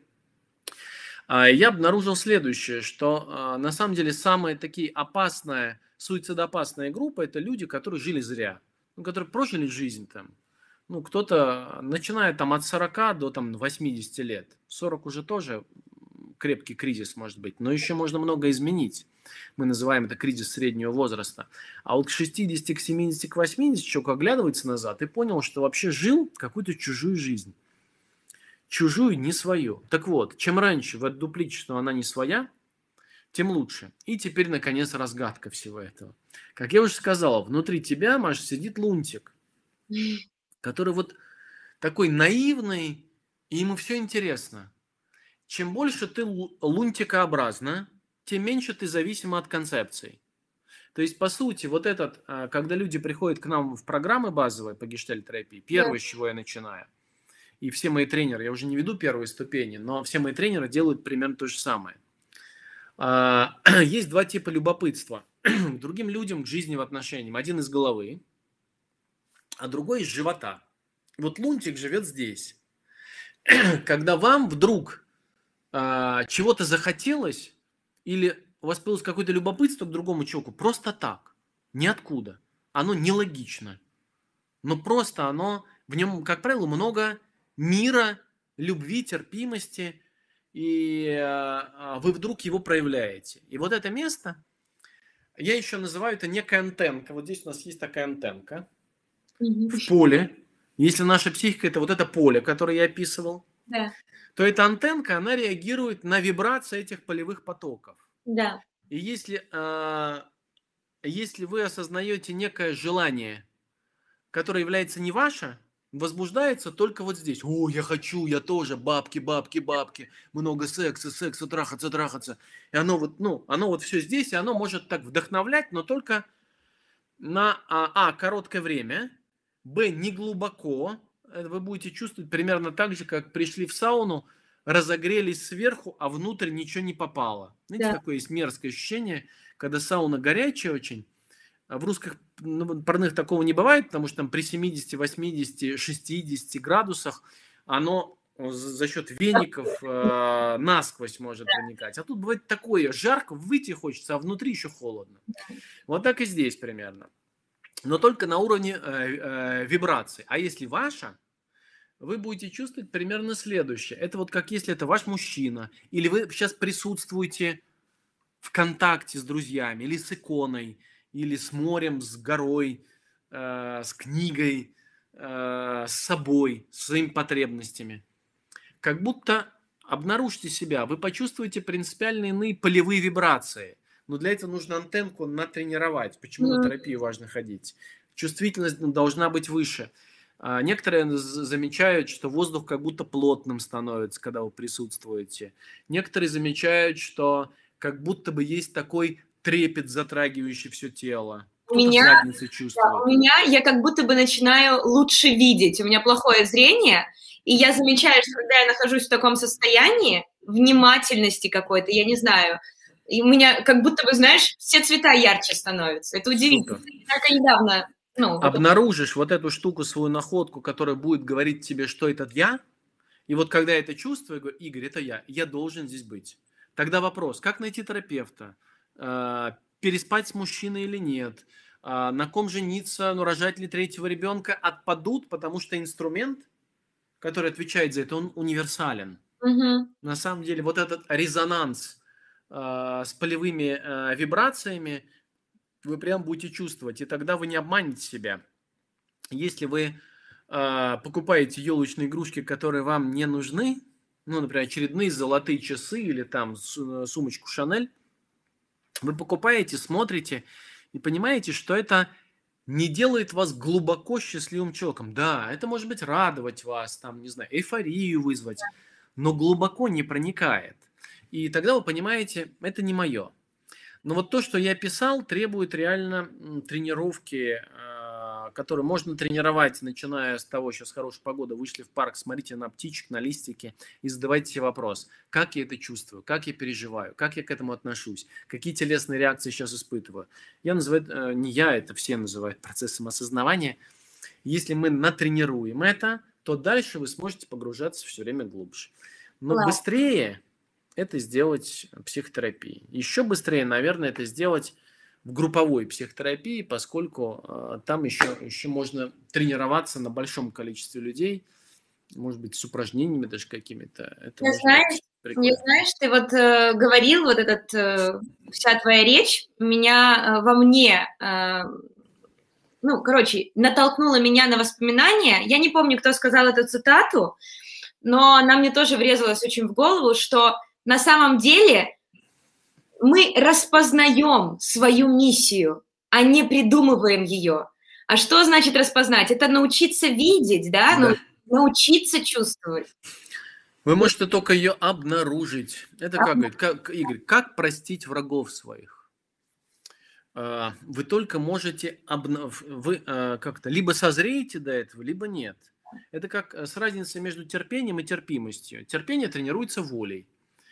А, Я обнаружил следующее, что а, на самом деле самая такие опасная, суицидоопасная группа – это люди, которые жили зря, ну, которые прожили жизнь там. Ну, кто-то, начиная там от сорока до там восьмидесяти лет. сорок уже тоже крепкий кризис может быть, но еще можно много изменить. Мы называем это кризис среднего возраста. А вот к шестидесяти, к семидесяти, к восьмидесяти человек оглядывается назад и понял, что вообще жил какую-то чужую жизнь. Чужую, не свою. Так вот, чем раньше вы отдуплите, что она не своя, тем лучше. И теперь, наконец, разгадка всего этого. Как я уже сказал, внутри тебя, Маша, сидит лунтик, который вот такой наивный, и ему все интересно. Чем больше ты лунтикообразна, тем меньше ты зависима от концепций. То есть, по сути, вот этот, когда люди приходят к нам в программы базовые по гештальт-терапии, первое, с чего я начинаю, и все мои тренеры, я уже не веду первые ступени, но все мои тренеры делают примерно то же самое. Есть два типа любопытства. К другим людям, к жизни в отношениям. Один из головы, а другой из живота. Вот лунтик живет здесь. Когда вам вдруг а, чего-то захотелось, или у вас появилось какое-то любопытство к другому человеку, просто так, ниоткуда, оно нелогично, но просто оно, в нем, как правило, много мира, любви, терпимости, и а, вы вдруг его проявляете. И вот это место, я еще называю это некая антенка. Вот здесь у нас есть такая антенка в поле. Если наша психика – это вот это поле, которое я описывал, да, то эта антенка, она реагирует на вибрации этих полевых потоков. да, И если, а, если вы осознаете некое желание, которое является не ваше, возбуждается только вот здесь. О, я хочу, я тоже, бабки, бабки, бабки, много секса, секса, трахаться, трахаться. И оно вот, ну, оно вот все здесь, и оно может так вдохновлять, но только на, а, а короткое время, б, не глубоко. Вы будете чувствовать примерно так же, как пришли в сауну, разогрелись сверху, а внутрь ничего не попало. Знаете, да, такое есть мерзкое ощущение, когда сауна горячая очень. В русских ну, парных такого не бывает, потому что там при семидесяти, восьмидесяти, шестидесяти градусах оно за счет веников э, насквозь может проникать. А тут бывает такое, жарко, выйти хочется, а внутри еще холодно. Вот так и здесь примерно. Но только на уровне э, э, вибраций. А если ваша, вы будете чувствовать примерно следующее. Это вот как если это ваш мужчина, или вы сейчас присутствуете в контакте с друзьями, или с иконой, или с морем, с горой, э, с книгой, э, с собой, с своими потребностями. Как будто обнаружьте себя, вы почувствуете принципиально иные полевые вибрации. Но для этого нужно антенку натренировать. Почему на терапию важно ходить? чувствительность должна быть выше. Некоторые замечают, что воздух как будто плотным становится, когда вы присутствуете. Некоторые замечают, что как будто бы есть такой трепет, затрагивающий все тело. У меня, да, у меня я как будто бы начинаю лучше видеть. У меня плохое зрение, и я замечаю, что когда я нахожусь в таком состоянии, внимательности какой-то, я не знаю, и у меня как будто бы, знаешь, все цвета ярче становятся. Это удивительно. Только недавно... Ну, обнаружишь вот эту штуку, свою находку, которая будет говорить тебе, что это я, и вот когда я это чувствую, я говорю: Игорь, это я, я должен здесь быть. Тогда вопрос, как найти терапевта, переспать с мужчиной или нет, на ком жениться, ну, рожать ли третьего ребенка, отпадут, потому что инструмент, который отвечает за это, он универсален. Угу. На самом деле вот этот резонанс с полевыми вибрациями, вы прям будете чувствовать, и тогда вы не обманете себя. Если вы э, покупаете елочные игрушки, которые вам не нужны, ну, например, очередные золотые часы или там сумочку Шанель, вы покупаете, смотрите и понимаете, что это не делает вас глубоко счастливым человеком. Да, это может быть радовать вас, там, не знаю, эйфорию вызвать, но глубоко не проникает. И тогда вы понимаете, это не мое. Но вот то, что я писал, требует реально тренировки, которые можно тренировать, начиная с того, сейчас хорошая погода, вышли в парк, смотрите на птичек, на листики и задавайте себе вопрос: как я это чувствую, как я переживаю, как я к этому отношусь, какие телесные реакции сейчас испытываю. Я называю, не я, это все называют процессом осознавания. Если мы натренируем это, то дальше вы сможете погружаться все время глубже. Но Класс. быстрее это сделать психотерапией. Еще быстрее, наверное, это сделать в групповой психотерапии, поскольку э, там еще, еще можно тренироваться на большом количестве людей, может быть, с упражнениями даже какими-то. Это я, знаешь, я, знаешь, ты вот э, говорил, вот этот, э, вся твоя речь меня э, во мне, э, ну, короче, натолкнула меня на воспоминания. Я не помню, кто сказал эту цитату, но она мне тоже врезалась очень в голову, что на самом деле мы распознаем свою миссию, а не придумываем ее. А что значит распознать? Это научиться видеть, да? Да. Научиться чувствовать. Вы можете только ее обнаружить. Это как говорит, как, Игорь, как простить врагов своих? Вы только можете обна... вы как-то либо созреете до этого, либо нет. Это как с разницей между терпением и терпимостью. Терпение тренируется волей.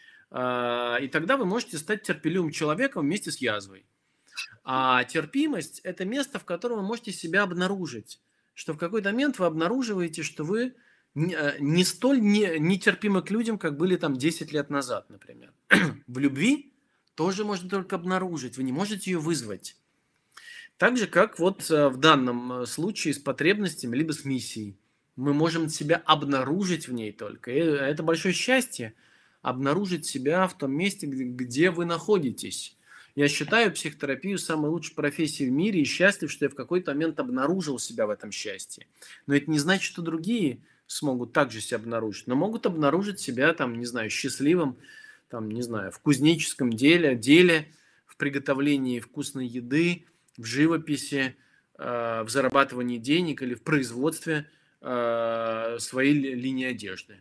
И тогда вы можете стать терпеливым человеком вместе с язвой. А терпимость – это место, в котором вы можете себя обнаружить. Что в какой-то момент вы обнаруживаете, что вы не столь нетерпимы к людям, как были там десять лет назад, например. В любви тоже можно только обнаружить, вы не можете ее вызвать. Так же, как вот в данном случае с потребностями, либо с миссией. Мы можем себя обнаружить в ней только. И это большое счастье – обнаружить себя в том месте, где вы находитесь. Я считаю психотерапию самой лучшей профессией в мире и счастлив, что я в какой-то момент обнаружил себя в этом счастье. Но это не значит, что другие смогут также себя обнаружить, но могут обнаружить себя, там, не знаю, счастливым, там, не знаю, в кузнеческом деле, деле, в приготовлении вкусной еды, в живописи, э, в зарабатывании денег или в производстве э, своей линии одежды.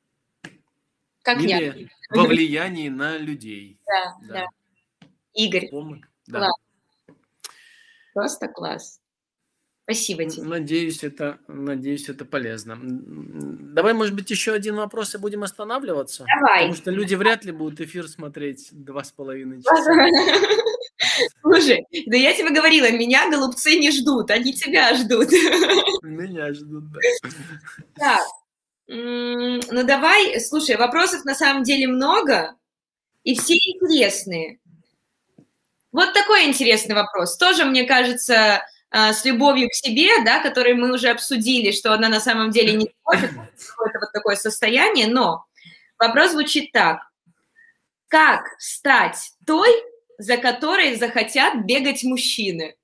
Как Или я. во влиянии на людей. Да, да. да. Игорь. Да. Класс. Просто класс. Спасибо тебе. Надеюсь, это, надеюсь, это полезно. Давай, может быть, еще один вопрос и будем останавливаться. Давай. Потому что люди вряд ли будут эфир смотреть два с половиной часа. Слушай, да я тебе говорила, меня голубцы не ждут, они тебя ждут. Меня ждут, да. Так. Ну, давай, слушай, вопросов на самом деле много, и все интересные. Вот такой интересный вопрос. Тоже, мне кажется, с любовью к себе, да, который мы уже обсудили, что она на самом деле не может какое-то вот такое состояние, но вопрос звучит так. Как стать той, за которой захотят бегать мужчины?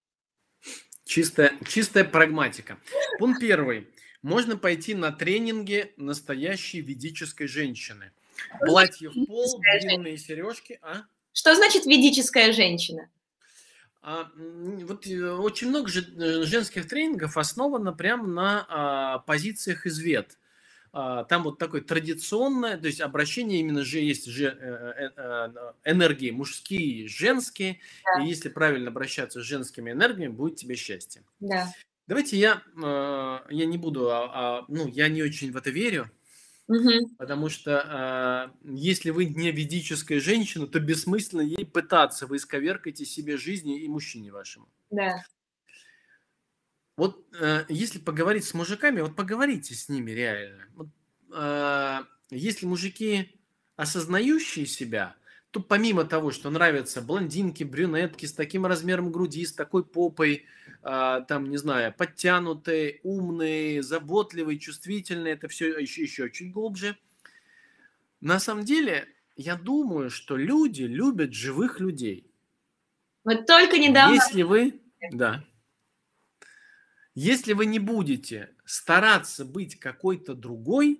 Чистая, чистая прагматика. Пункт первый. Можно пойти на тренинги настоящей ведической женщины. Платье в пол, длинные сережки. А? Что значит ведическая женщина? А, вот очень много женских тренингов основано прямо на а, позициях извет. А, там вот такое традиционное, то есть обращение именно же есть же, э, э, энергии мужские, женские, Да. и если правильно обращаться с женскими энергиями, будет тебе счастье. Да. Давайте я, я не буду, а, а, ну, я не очень в это верю, угу. Потому что а, если вы не ведическая женщина, то бессмысленно ей пытаться, вы исковеркаете себе жизни и мужчине вашему. Да. Вот а, если поговорить с мужиками, вот поговорите с ними реально. Вот, а, если мужики осознающие себя, то помимо того, что нравятся блондинки, брюнетки с таким размером груди, с такой попой, а, там, не знаю, подтянутые, умные, заботливые, чувствительные, это все еще, еще чуть глубже. На самом деле, я думаю, что люди любят живых людей. Вот только недавно... Если вы, да, если вы не будете стараться быть какой-то другой,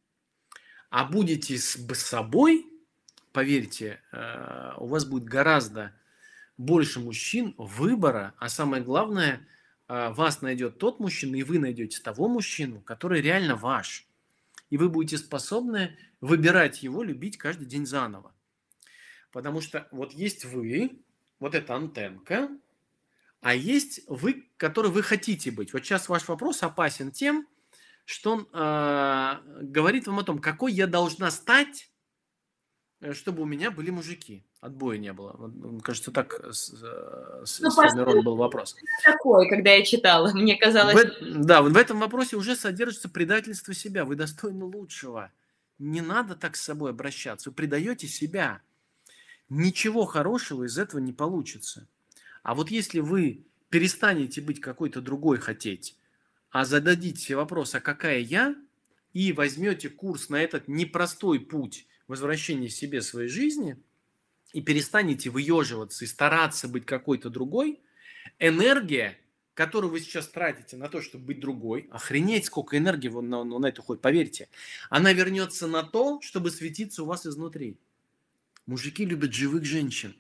а будете с собой, поверьте, у вас будет гораздо больше мужчин, выбора, а самое главное, вас найдет тот мужчина, и вы найдете того мужчину, который реально ваш. И вы будете способны выбирать его, любить каждый день заново. Потому что вот есть вы, вот эта антенка, а есть вы, который вы хотите быть. Вот сейчас ваш вопрос опасен тем, что он э, говорит вам о том, какой я должна стать, чтобы у меня были мужики. Отбоя не было. Кажется, так с, с, ну, сформирован был вопрос. Такой, когда я читала, мне казалось... В, да, в этом вопросе уже содержится предательство себя. Вы достойны лучшего. Не надо так с собой обращаться. Вы предаете себя. Ничего хорошего из этого не получится. А вот если вы перестанете быть какой-то другой хотеть, а зададите себе вопрос, а какая я, и возьмете курс на этот непростой путь возвращения себе своей жизни, и перестанете выеживаться и стараться быть какой-то другой, энергия, которую вы сейчас тратите на то, чтобы быть другой, охренеть, сколько энергии на, на, на это уходит, поверьте, она вернется на то, чтобы светиться у вас изнутри. Мужики любят живых женщин.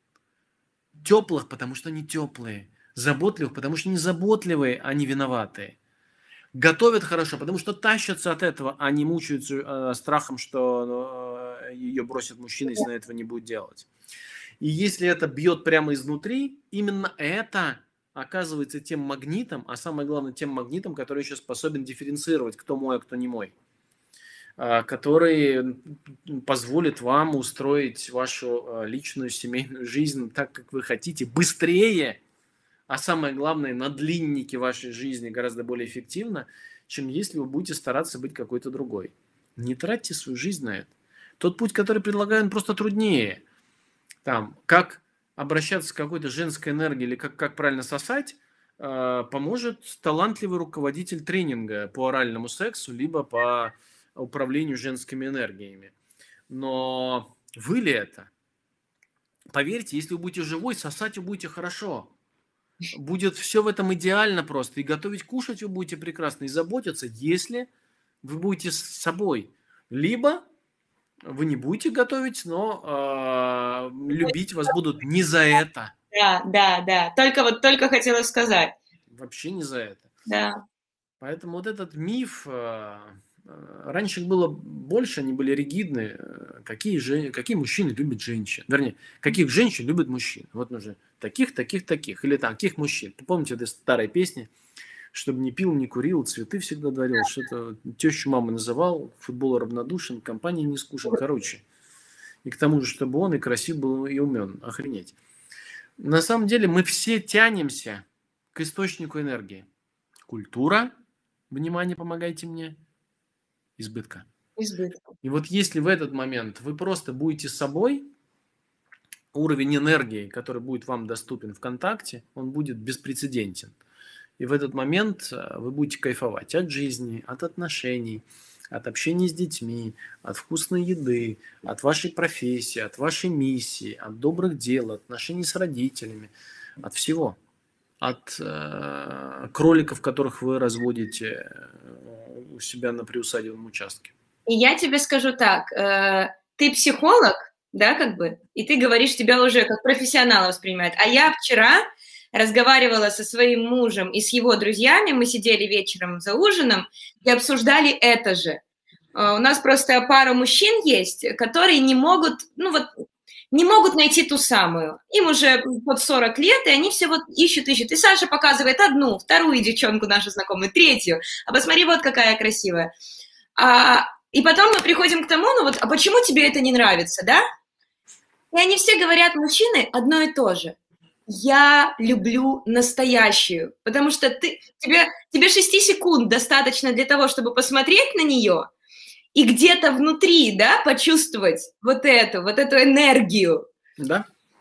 Теплых, потому что они теплые. Заботливых, потому что они заботливые, а не виноватые. Готовят хорошо, потому что тащатся от этого, а не мучаются э, страхом, что э, ее бросит мужчина, если она этого не будет делать. И если это бьет прямо изнутри, именно это оказывается тем магнитом, а самое главное тем магнитом, который еще способен дифференцировать, кто мой, а кто не мой. Который позволит вам устроить вашу личную семейную жизнь так, как вы хотите, быстрее, а самое главное, на длиннике вашей жизни гораздо более эффективно, чем если вы будете стараться быть какой-то другой. Не тратьте свою жизнь на это. Тот путь, который предлагаю, он просто труднее. Там, как обращаться с какой-то женской энергией или как, как правильно сосать, поможет талантливый руководитель тренинга по оральному сексу, либо по управлению женскими энергиями. Но вы ли это? Поверьте, если вы будете живой, сосать вы будете хорошо. Будет все в этом идеально просто. И готовить, кушать вы будете прекрасно. И заботиться, если вы будете с собой. Либо вы не будете готовить, но э, любить вас будут не за это. Да, да, да. Только вот только хотела сказать. Вообще не за это. Да. Поэтому вот этот миф... Э, раньше их было больше, они были ригидны. Какие, же, какие мужчины любят женщин? Вернее, каких женщин любят мужчин? Вот нужно таких, таких, таких. Или таких мужчин. Помните этой старой песни? Чтобы не пил, не курил, цветы всегда дарил. Что-то тещу мамы называл, футбол равнодушен, компании не скушал. Короче. И к тому же, чтобы он и красив был, и умен. Охренеть. На самом деле мы все тянемся к источнику энергии. Культура, внимание, помогайте мне. Избытка. Избытка. И вот если в этот момент вы просто будете с собой, уровень энергии, который будет вам доступен ВКонтакте, он будет беспрецедентен. И в этот момент вы будете кайфовать от жизни, от отношений, от общения с детьми, от вкусной еды, от вашей профессии, от вашей миссии, от добрых дел, от отношений с родителями, от всего. От э, кроликов, которых вы разводите у себя на приусадебном участке. И я тебе скажу так, э, ты психолог, да, как бы, и ты говоришь, тебя уже как профессионала воспринимают. А я вчера разговаривала со своим мужем и с его друзьями, мы сидели вечером за ужином и обсуждали это же. У нас просто пара мужчин есть, которые не могут, ну вот, не могут найти ту самую. Им уже под сорок лет, и они все вот ищут, ищут. И Саша показывает одну, вторую девчонку нашу знакомую, третью. А посмотри, вот какая красивая. А, и потом мы приходим к тому, ну вот, а почему тебе это не нравится, да? И они все говорят, мужчины, одно и то же. Я люблю настоящую, потому что ты, тебе, тебе шести секунд достаточно для того, чтобы посмотреть на нее и где-то внутри, да, почувствовать вот эту, вот эту энергию. Да.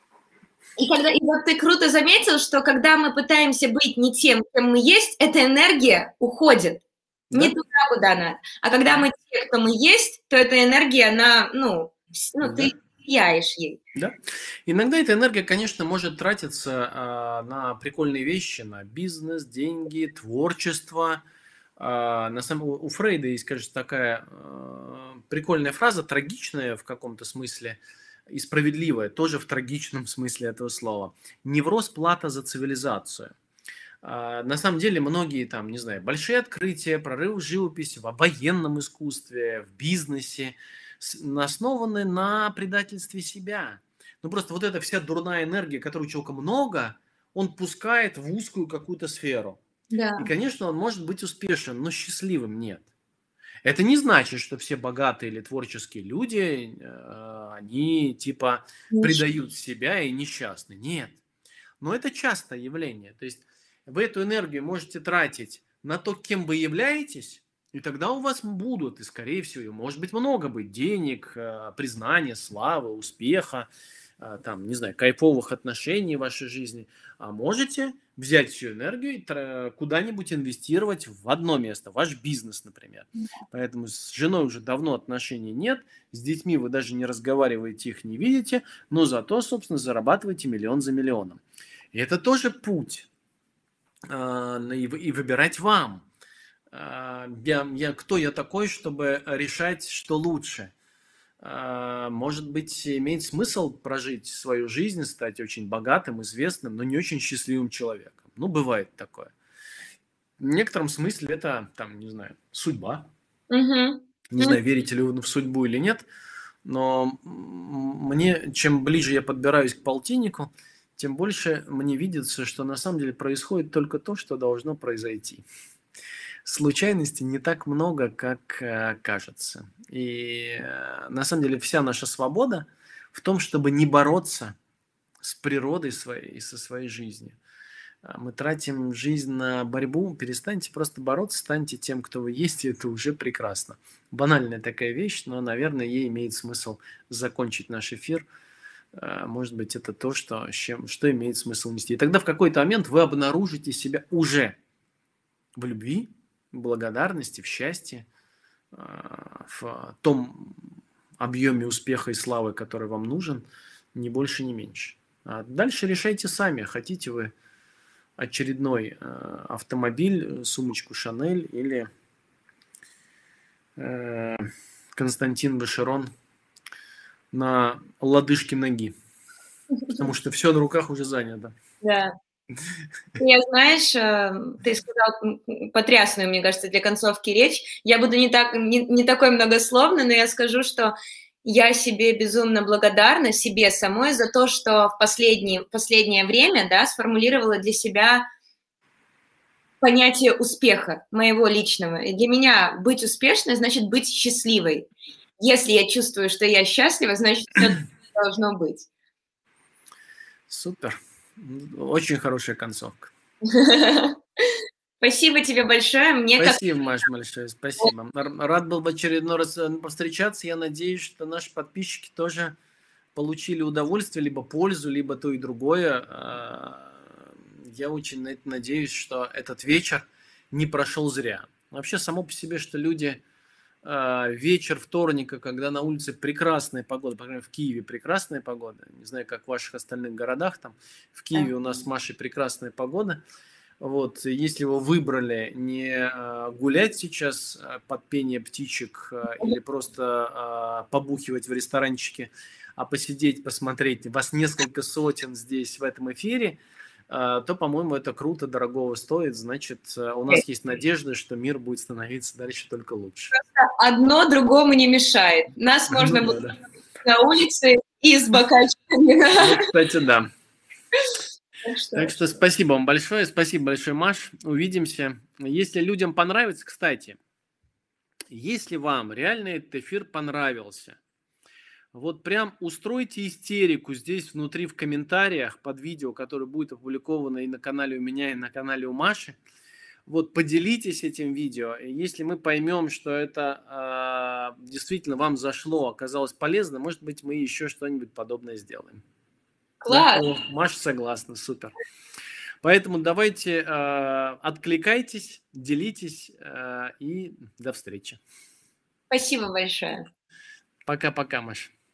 И, когда, и вот ты круто заметил, что когда мы пытаемся быть не тем, кем мы есть, эта энергия уходит. Да. Не туда, куда надо. А когда мы те, кто мы есть, то эта энергия, она, ну, ну да. Ты сияешь ей. Да. Иногда эта энергия, конечно, может тратиться а, на прикольные вещи, на бизнес, деньги, творчество. А, на самом, у Фрейда есть, кажется, такая а, прикольная фраза, трагичная в каком-то смысле и справедливая, тоже в трагичном смысле этого слова. Невроз – плата за цивилизацию. А, на самом деле многие там, не знаю, большие открытия, прорывы в живописи, в военном искусстве, в бизнесе основаны на предательстве себя. Ну просто вот эта вся дурная энергия, которой у человека много, он пускает в узкую какую-то сферу. Да. И, конечно, он может быть успешен, но счастливым нет. Это не значит, что все богатые или творческие люди, они типа предают себя и несчастны. Нет. Но это частое явление. То есть вы эту энергию можете тратить на то, кем вы являетесь, и тогда у вас будут, и скорее всего, может быть много быть денег, признания, славы, успеха, там, не знаю, кайфовых отношений в вашей жизни. А можете взять всю энергию и куда-нибудь инвестировать в одно место, ваш бизнес, например. Поэтому с женой уже давно отношений нет, с детьми вы даже не разговариваете, их не видите, но зато, собственно, зарабатываете миллион за миллионом. И это тоже путь. И выбирать вам. Я, я, кто я такой, чтобы решать, что лучше? Может быть, имеет смысл прожить свою жизнь, стать очень богатым, известным, но не очень счастливым человеком. Ну, бывает такое. В некотором смысле это, там, не знаю, судьба. Угу. Не знаю, верите ли вы в судьбу или нет, но мне, чем ближе я подбираюсь к полтиннику, тем больше мне видится, что на самом деле происходит только то, что должно произойти. Случайностей не так много, как э, кажется. И э, на самом деле вся наша свобода в том, чтобы не бороться с природой своей и со своей жизнью. Мы тратим жизнь на борьбу, перестаньте просто бороться, станьте тем, кто вы есть, и это уже прекрасно. Банальная такая вещь, но, наверное, ей имеет смысл закончить наш эфир. Может быть, это то, что, чем, что имеет смысл нести. И тогда в какой-то момент вы обнаружите себя уже в любви, в благодарности, в счастье, в том объеме успеха и славы, который вам нужен, ни больше, ни меньше. А дальше решайте сами, хотите вы очередной автомобиль, сумочку Шанель или Константин Башерон на лодыжке ноги, потому что все на руках уже занято. Да. Я, знаешь, ты сказал потрясную, мне кажется, для концовки речь. Я буду не, так, не, не такой многословной, но я скажу, что я себе безумно благодарна, себе самой, за то, что в последнее, последнее время, да, сформулировала для себя понятие успеха моего личного. И для меня быть успешной значит быть счастливой. Если я чувствую, что я счастлива, значит, все должно быть. Супер. Очень хорошая концовка. Спасибо тебе большое. Мне спасибо, как... Маш, большое. Спасибо. Рад был в очередной раз повстречаться. Я надеюсь, что наши подписчики тоже получили удовольствие, либо пользу, либо то и другое. Я очень на это надеюсь, что этот вечер не прошел зря. Вообще, само по себе, что люди вечер вторника, когда на улице прекрасная погода, по крайней мере, в Киеве прекрасная погода, не знаю, как в ваших остальных городах, там в Киеве у нас с Машей прекрасная погода. Вот, если вы выбрали не гулять сейчас под пение птичек или просто побухивать в ресторанчике, а посидеть, посмотреть, вас несколько сотен здесь в этом эфире, а, то, по-моему, это круто, дорогого стоит. Значит, у нас есть надежда, что мир будет становиться дальше только лучше. Одно другому не мешает. Нас можно Ну, было да, да. на улице и с бокальчиками. Ну, кстати, да. Так что... Так что спасибо вам большое. Спасибо большое, Маш. Увидимся. Если людям понравится, кстати, если вам реально этот эфир понравился, вот прям устройте истерику здесь внутри в комментариях под видео, которое будет опубликовано и на канале у меня, и на канале у Маши. Вот поделитесь этим видео. И если мы поймем, что это э, действительно вам зашло, оказалось полезно, может быть, мы еще что-нибудь подобное сделаем. Класс! Да? О, Маша согласна, супер. Поэтому давайте э, откликайтесь, делитесь э, и до встречи. Спасибо большое. Пока-пока, Маша.